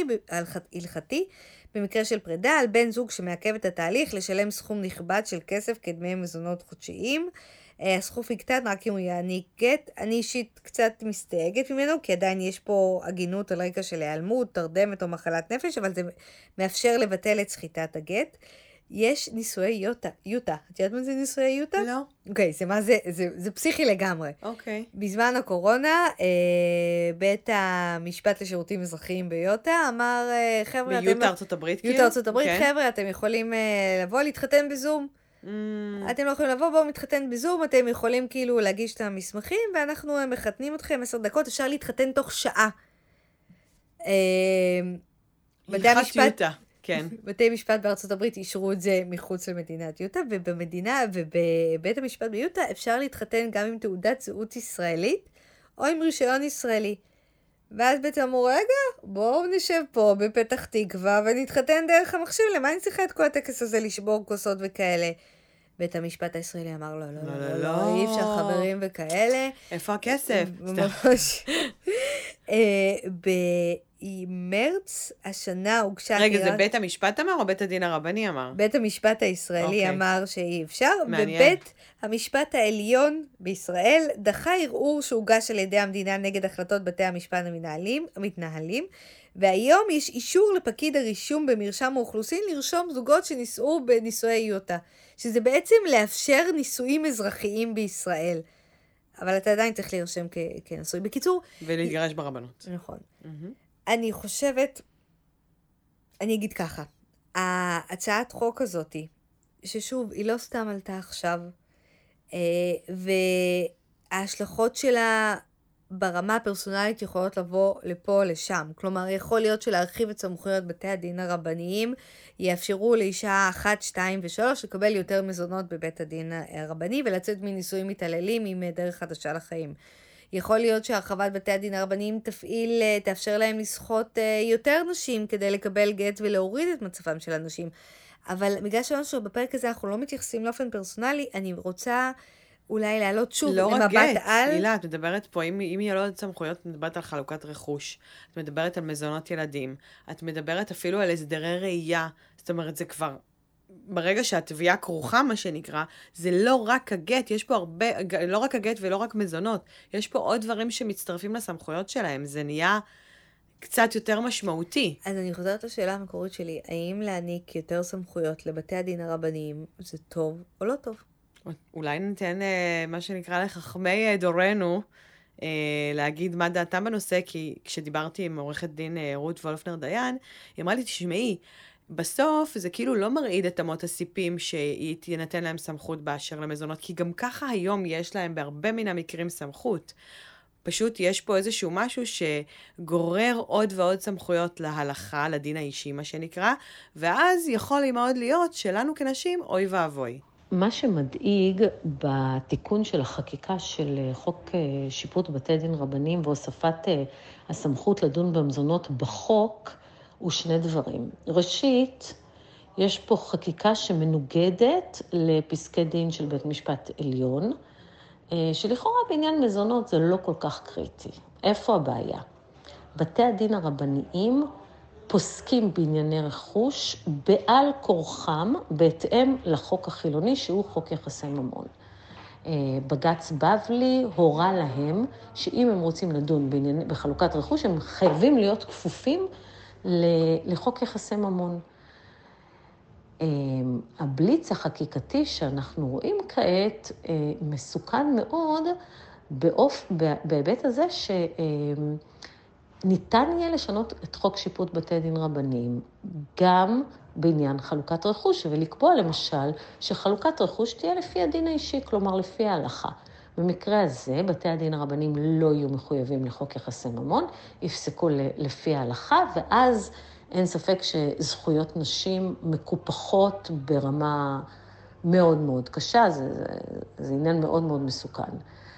והלכתי, במקרה של פרידה על בן זוג שמעכב את התהליך לשלם סכום נכבד של כסף כדמי מזונות חודשיים. הסכום יקטן רק אם הוא יעניק גט. אני אישית קצת מסתייגת ממנו, כי עדיין יש פה הגינות על רקע של היעלמות, תרדמת או מחלת נפש, אבל זה מאפשר לבטל את סחיטת הגט. יש נישואי יוטה, יוטה. את יודעת מה זה נישואי יוטה? לא. אוקיי, זה מה זה? זה, זה פסיכי לגמרי. אוקיי. בזמן הקורונה, אה, בית המשפט לשירותים אזרחיים ביוטה אמר, אה, חבר'ה, ביוטה ארצות הברית, יוטה ארצות הברית, okay. חבר'ה, אתם יכולים אה, לבוא להתחתן בזום. Mm. אתם לא יכולים לבוא, בואו מתחתן בזום, אתם יכולים כאילו להגיש את המסמכים, ואנחנו מחתנים אתכם עשר דקות, אפשר להתחתן תוך שעה. אה, בתי המשפט... יוטה. כן. בתי משפט בארצות הברית אישרו את זה מחוץ למדינת יוטה, ובמדינה ובבית המשפט ביוטה אפשר להתחתן גם עם תעודת זהות ישראלית, או עם רישיון ישראלי. ואז בעצם אמרו, רגע, בואו נשב פה בפתח תקווה ונתחתן דרך המחשב, למה אני צריכה את כל הטקס הזה לשבור כוסות וכאלה? בית המשפט הישראלי אמר, לא, לא, לא, לא, לא, אי אפשר חברים וכאלה. איפה הכסף? ממש. במרץ השנה הוגשה... רגע, זה בית המשפט אמר או בית הדין הרבני אמר? בית המשפט הישראלי אמר שאי אפשר, ובית המשפט העליון בישראל דחה ערעור שהוגש על ידי המדינה נגד החלטות בתי המשפט המתנהלים, והיום יש אישור לפקיד הרישום במרשם האוכלוסין לרשום זוגות שנישאו בנישואי יוטה, שזה בעצם לאפשר נישואים אזרחיים בישראל. אבל אתה עדיין צריך להירשם כנשוי. בקיצור... ולהתגרש ברבנות. נכון. אני חושבת, אני אגיד ככה, ההצעת חוק הזאת, ששוב, היא לא סתם עלתה עכשיו, וההשלכות שלה ברמה הפרסונלית יכולות לבוא לפה או לשם. כלומר, יכול להיות שלהרחיב את סמכויות בתי הדין הרבניים, יאפשרו לאישה אחת, שתיים ושלוש לקבל יותר מזונות בבית הדין הרבני, ולצאת מנישואים מתעללים עם דרך חדשה לחיים. יכול להיות שהרחבת בתי הדין הרבניים תפעיל, תאפשר להם לשחות יותר נשים כדי לקבל גט ולהוריד את מצבם של הנשים. אבל בגלל שאנחנו בפרק הזה אנחנו לא מתייחסים לאופן פרסונלי, אני רוצה אולי להעלות שוב לא למבט רק גט, על... הילה, את מדברת פה, אם, אם היא לא יודעת סמכויות, את מדברת על חלוקת רכוש, את מדברת על מזונות ילדים, את מדברת אפילו על הסדרי ראייה, זאת אומרת, זה כבר ברגע שהתביעה כרוכה, מה שנקרא, זה לא רק הגט, יש פה הרבה, לא רק הגט ולא רק מזונות, יש פה עוד דברים שמצטרפים לסמכויות שלהם, זה נהיה קצת יותר משמעותי. אז אני חוזרת לשאלה המקורית שלי, האם להעניק יותר סמכויות לבתי הדין הרבניים זה טוב או לא טוב? אולי ניתן מה שנקרא לחכמי דורנו, להגיד מה דעתם בנושא, כי כשדיברתי עם עורכת דין רות וולפנר דיין, היא אמרה לי, תשמעי, בסוף זה כאילו לא מרעיד את אמות הסיפים שהיא תינתן להם סמכות באשר למזונות, כי גם ככה היום יש להם בהרבה מן המקרים סמכות. פשוט יש פה איזשהו משהו שגורר עוד ועוד סמכויות להלכה, לדין האישי מה שנקרא, ואז יכול מאוד להיות שלנו כנשים אוי ואבוי. מה שמדאיג בתיקון של החקיקה של חוק שיפוט בתי דין רבניים והוספת הסמכות לדון במזונות בחוק, הוא שני דברים. ראשית, יש פה חקיקה שמנוגדת לפסקי דין של בית משפט עליון, שלכאורה בעניין מזונות זה לא כל כך קריטי. איפה הבעיה? בתי הדין הרבניים פוסקים בענייני רכוש בעל כורחם בהתאם לחוק החילוני שהוא חוק יחסי ממון. בג"ץ בבלי הורה להם שאם הם רוצים לדון בענייני, בחלוקת רכוש הם חייבים להיות כפופים לחוק יחסי ממון. הבליץ החקיקתי שאנחנו רואים כעת מסוכן מאוד באופ... בהיבט הזה שניתן יהיה לשנות את חוק שיפוט בתי דין רבניים גם בעניין חלוקת רכוש ולקבוע למשל שחלוקת רכוש תהיה לפי הדין האישי, כלומר לפי ההלכה. במקרה הזה בתי הדין הרבניים לא יהיו מחויבים לחוק יחסי ממון, יפסקו לפי ההלכה ואז אין ספק שזכויות נשים מקופחות ברמה מאוד מאוד קשה, זה, זה, זה עניין מאוד מאוד מסוכן.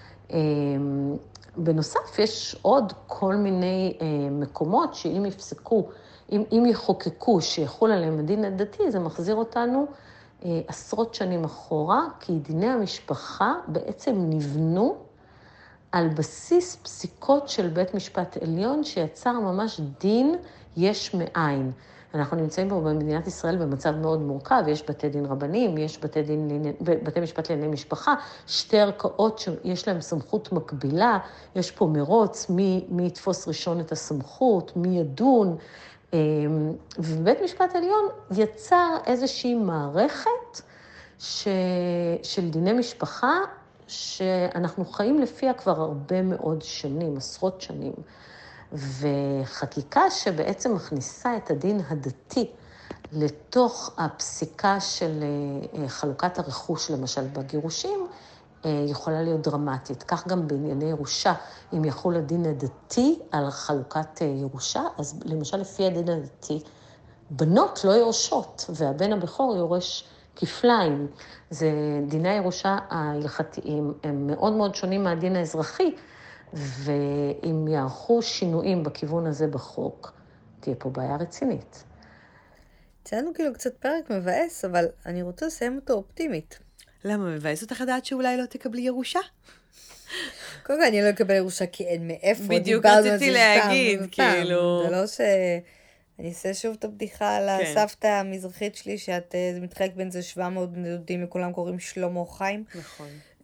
בנוסף, יש עוד כל מיני מקומות שאם יפסקו, אם, אם יחוקקו שיחול עליהם הדין הדתי, זה מחזיר אותנו עשרות שנים אחורה, כי דיני המשפחה בעצם נבנו על בסיס פסיקות של בית משפט עליון שיצר ממש דין יש מאין. אנחנו נמצאים פה במדינת ישראל במצב מאוד מורכב, יש בתי דין רבניים, יש בתי, דין, בתי משפט לענייני משפחה, שתי ערכאות שיש להם סמכות מקבילה, יש פה מרוץ, מי, מי יתפוס ראשון את הסמכות, מי ידון, ובית משפט עליון יצר איזושהי מערכת ש, של דיני משפחה, שאנחנו חיים לפיה כבר הרבה מאוד שנים, עשרות שנים. וחקיקה שבעצם מכניסה את הדין הדתי לתוך הפסיקה של חלוקת הרכוש, למשל בגירושים, יכולה להיות דרמטית. כך גם בענייני ירושה, אם יחול הדין הדתי על חלוקת ירושה, אז למשל לפי הדין הדתי, בנות לא יורשות, והבן הבכור יורש כפליים. זה דיני הירושה ההלכתיים, הם מאוד מאוד שונים מהדין האזרחי, ואם יערכו שינויים בכיוון הזה בחוק, תהיה פה בעיה רצינית. ציינו כאילו קצת פרק מבאס, אבל אני רוצה לסיים אותו אופטימית. למה מבאס אותך לדעת שאולי לא תקבלי ירושה? קודם כל אני לא אקבל ירושה כי אין מאיפה. בדיוק רציתי להגיד, כאילו. זה לא ש... אני אעשה שוב את הבדיחה על הסבתא המזרחית שלי, שאת מתחלק בין זה שבע מאות בני דודים, וכולם קוראים שלמה חיים. נכון.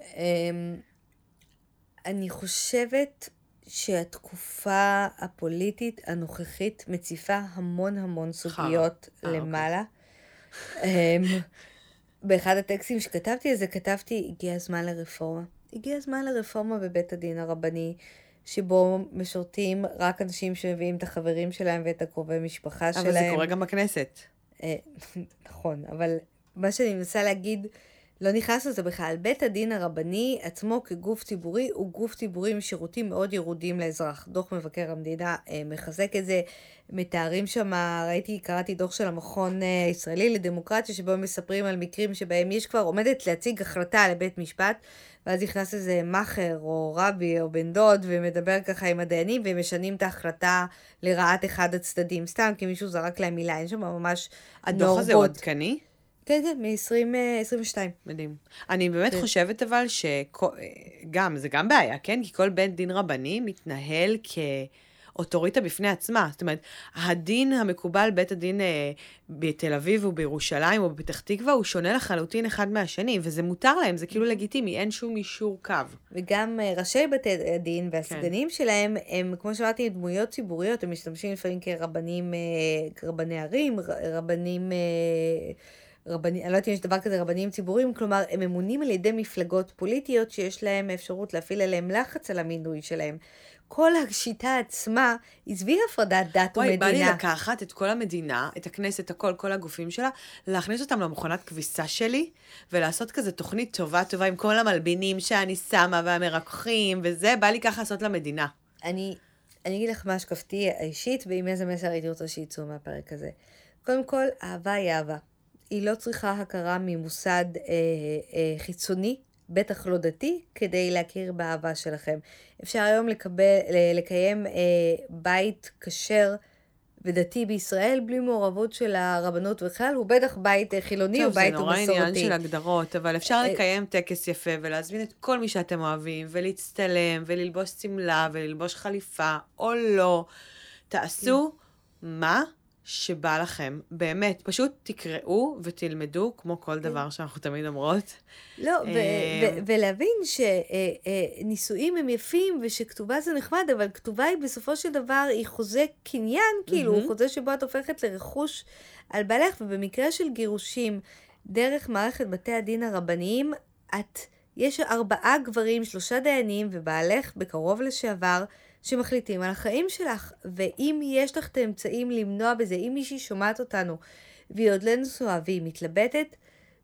אני חושבת שהתקופה הפוליטית הנוכחית מציפה המון המון סוגיות למעלה. באחד הטקסטים שכתבתי על זה, כתבתי, הגיע הזמן לרפורמה. הגיע הזמן לרפורמה בבית הדין הרבני, שבו משרתים רק אנשים שמביאים את החברים שלהם ואת הקרובי משפחה שלהם. אבל זה קורה גם בכנסת. נכון, אבל מה שאני מנסה להגיד, לא נכנס לזה בכלל. בית הדין הרבני עצמו כגוף ציבורי, הוא גוף ציבורי עם שירותים מאוד ירודים לאזרח. דוח מבקר המדינה מחזק את זה, מתארים שם, ראיתי, קראתי דוח של המכון הישראלי לדמוקרטיה, שבו הם מספרים על מקרים שבהם יש כבר עומדת להציג החלטה לבית משפט, ואז נכנס איזה מחר או רבי או בן דוד, ומדבר ככה עם הדיינים, והם משנים את ההחלטה לרעת אחד הצדדים. סתם, כי מישהו זרק להם מילה, אין שם ממש נורבות. הדוח הזה עוד קני? כן, כן, מ-עשרים עשרים ושתיים. מדהים. אני באמת חושבת אבל שגם, זה גם בעיה, כן? כי כל בית דין רבני מתנהל כ... אוטוריטה בפני עצמה. זאת אומרת, הדין המקובל, בית הדין אה, בתל אביב או בירושלים או בפתח תקווה, הוא שונה לחלוטין אחד מהשני, וזה מותר להם, זה כאילו לגיטימי, אין שום אישור קו. וגם אה, ראשי בתי הדין והסגנים כן. שלהם, הם, כמו שאמרתי, דמויות ציבוריות, הם משתמשים לפעמים כרבנים, אה, כרבני ערים, רבנים... אה, רבני, אני לא יודעת אם יש דבר כזה רבנים ציבוריים, כלומר, הם ממונים על ידי מפלגות פוליטיות שיש להם אפשרות להפעיל עליהם לחץ על המינוי שלהם. כל השיטה עצמה, עזבי הפרדת דת וואי, ומדינה. בא לי לקחת את כל המדינה, את הכנסת, הכל, כל הגופים שלה, להכניס אותם למכונת כביסה שלי, ולעשות כזה תוכנית טובה טובה עם כל המלבינים שאני שמה והמרקחים, וזה בא לי ככה לעשות למדינה. אני, אני אגיד לך מה השקפתי האישית, ועם איזה מסר הייתי רוצה שיצאו מהפרק הזה. קודם כל, אהבה היא אהבה. היא לא צריכה הכרה ממוסד אה, אה, חיצוני, בטח לא דתי, כדי להכיר באהבה שלכם. אפשר היום לקבל, לקיים אה, בית כשר ודתי בישראל, בלי מעורבות של הרבנות בכלל, הוא בטח בית חילוני או בית מסורתי. טוב, זה נורא עניין של הגדרות, אבל אפשר לקיים טקס יפה, ולהזמין את כל מי שאתם אוהבים, ולהצטלם, וללבוש סמלה, וללבוש חליפה, או לא. תעשו מה שבא לכם. באמת, פשוט תקראו ותלמדו, כמו כל דבר שאנחנו תמיד אומרות. לא, ולהבין שנישואים הם יפים, ושכתובה זה נחמד, אבל כתובה היא בסופו של דבר, היא חוזה קניין, כאילו, חוזה שבו את הופכת לרכוש על בעלך, ובמקרה של גירושים, דרך מערכת בתי הדין הרבניים, את, יש ארבעה גברים, שלושה דיינים, ובעלך בקרוב לשעבר, שמחליטים על החיים שלך, ואם יש לך את האמצעים למנוע בזה, אם מישהי שומעת אותנו, והיא עוד לא נשואה והיא מתלבטת,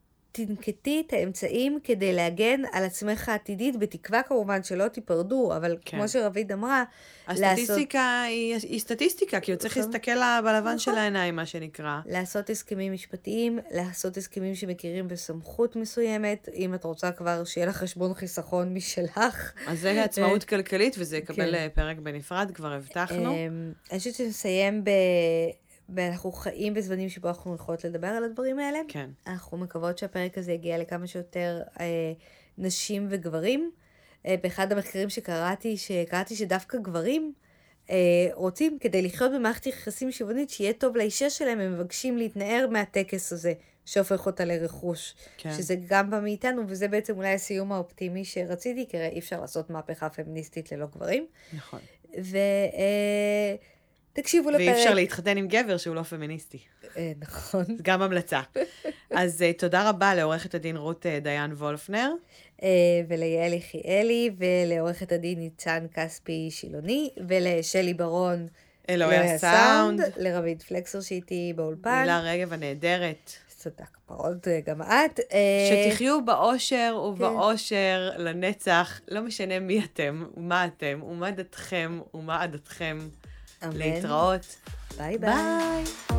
תנקטי את האמצעים כדי להגן על עצמך העתידית, בתקווה כמובן שלא תיפרדו, אבל כן. כמו שרביד אמרה, הסטטיסטיקה לעשות... היא, היא סטטיסטיקה, כי הוא צריך להסתכל בלבן של העיניים, מה שנקרא. לעשות הסכמים משפטיים, לעשות הסכמים שמכירים בסמכות מסוימת, אם את רוצה כבר שיהיה לך חשבון חיסכון משלך. אז זה עצמאות כלכלית, וזה יקבל כן. פרק בנפרד, כבר הבטחנו. אני חושבת שנסיים ב... ואנחנו חיים בזמנים שבו אנחנו יכולות לדבר על הדברים האלה. כן. אנחנו מקוות שהפרק הזה יגיע לכמה שיותר אה, נשים וגברים. אה, באחד המחקרים שקראתי, שקראתי שדווקא גברים אה, רוצים, כדי לחיות במערכת יחסים שוויונית, שיהיה טוב לאישה שלהם, הם מבקשים להתנער מהטקס הזה, שהופך אותה לרכוש. כן. שזה גם בא מאיתנו, וזה בעצם אולי הסיום האופטימי שרציתי, כי אי אפשר לעשות מהפכה פמיניסטית ללא גברים. נכון. ו... אה, תקשיבו לפרק. ואי אפשר להתחתן עם גבר שהוא לא פמיניסטי. נכון. זה גם המלצה. אז תודה רבה לעורכת הדין רות דיין וולפנר. וליעל יחיאלי, ולעורכת הדין ניצן כספי שילוני, ולשלי ברון. אלוהי הסאונד. לרביד פלקסר שאיתי באולפן. מילה רגב הנהדרת. תודה כפרות, גם את. שתחיו באושר ובאושר לנצח, לא משנה מי אתם, ומה אתם, ומה דתכם, ומה עדתכם. להתראות. ביי ביי.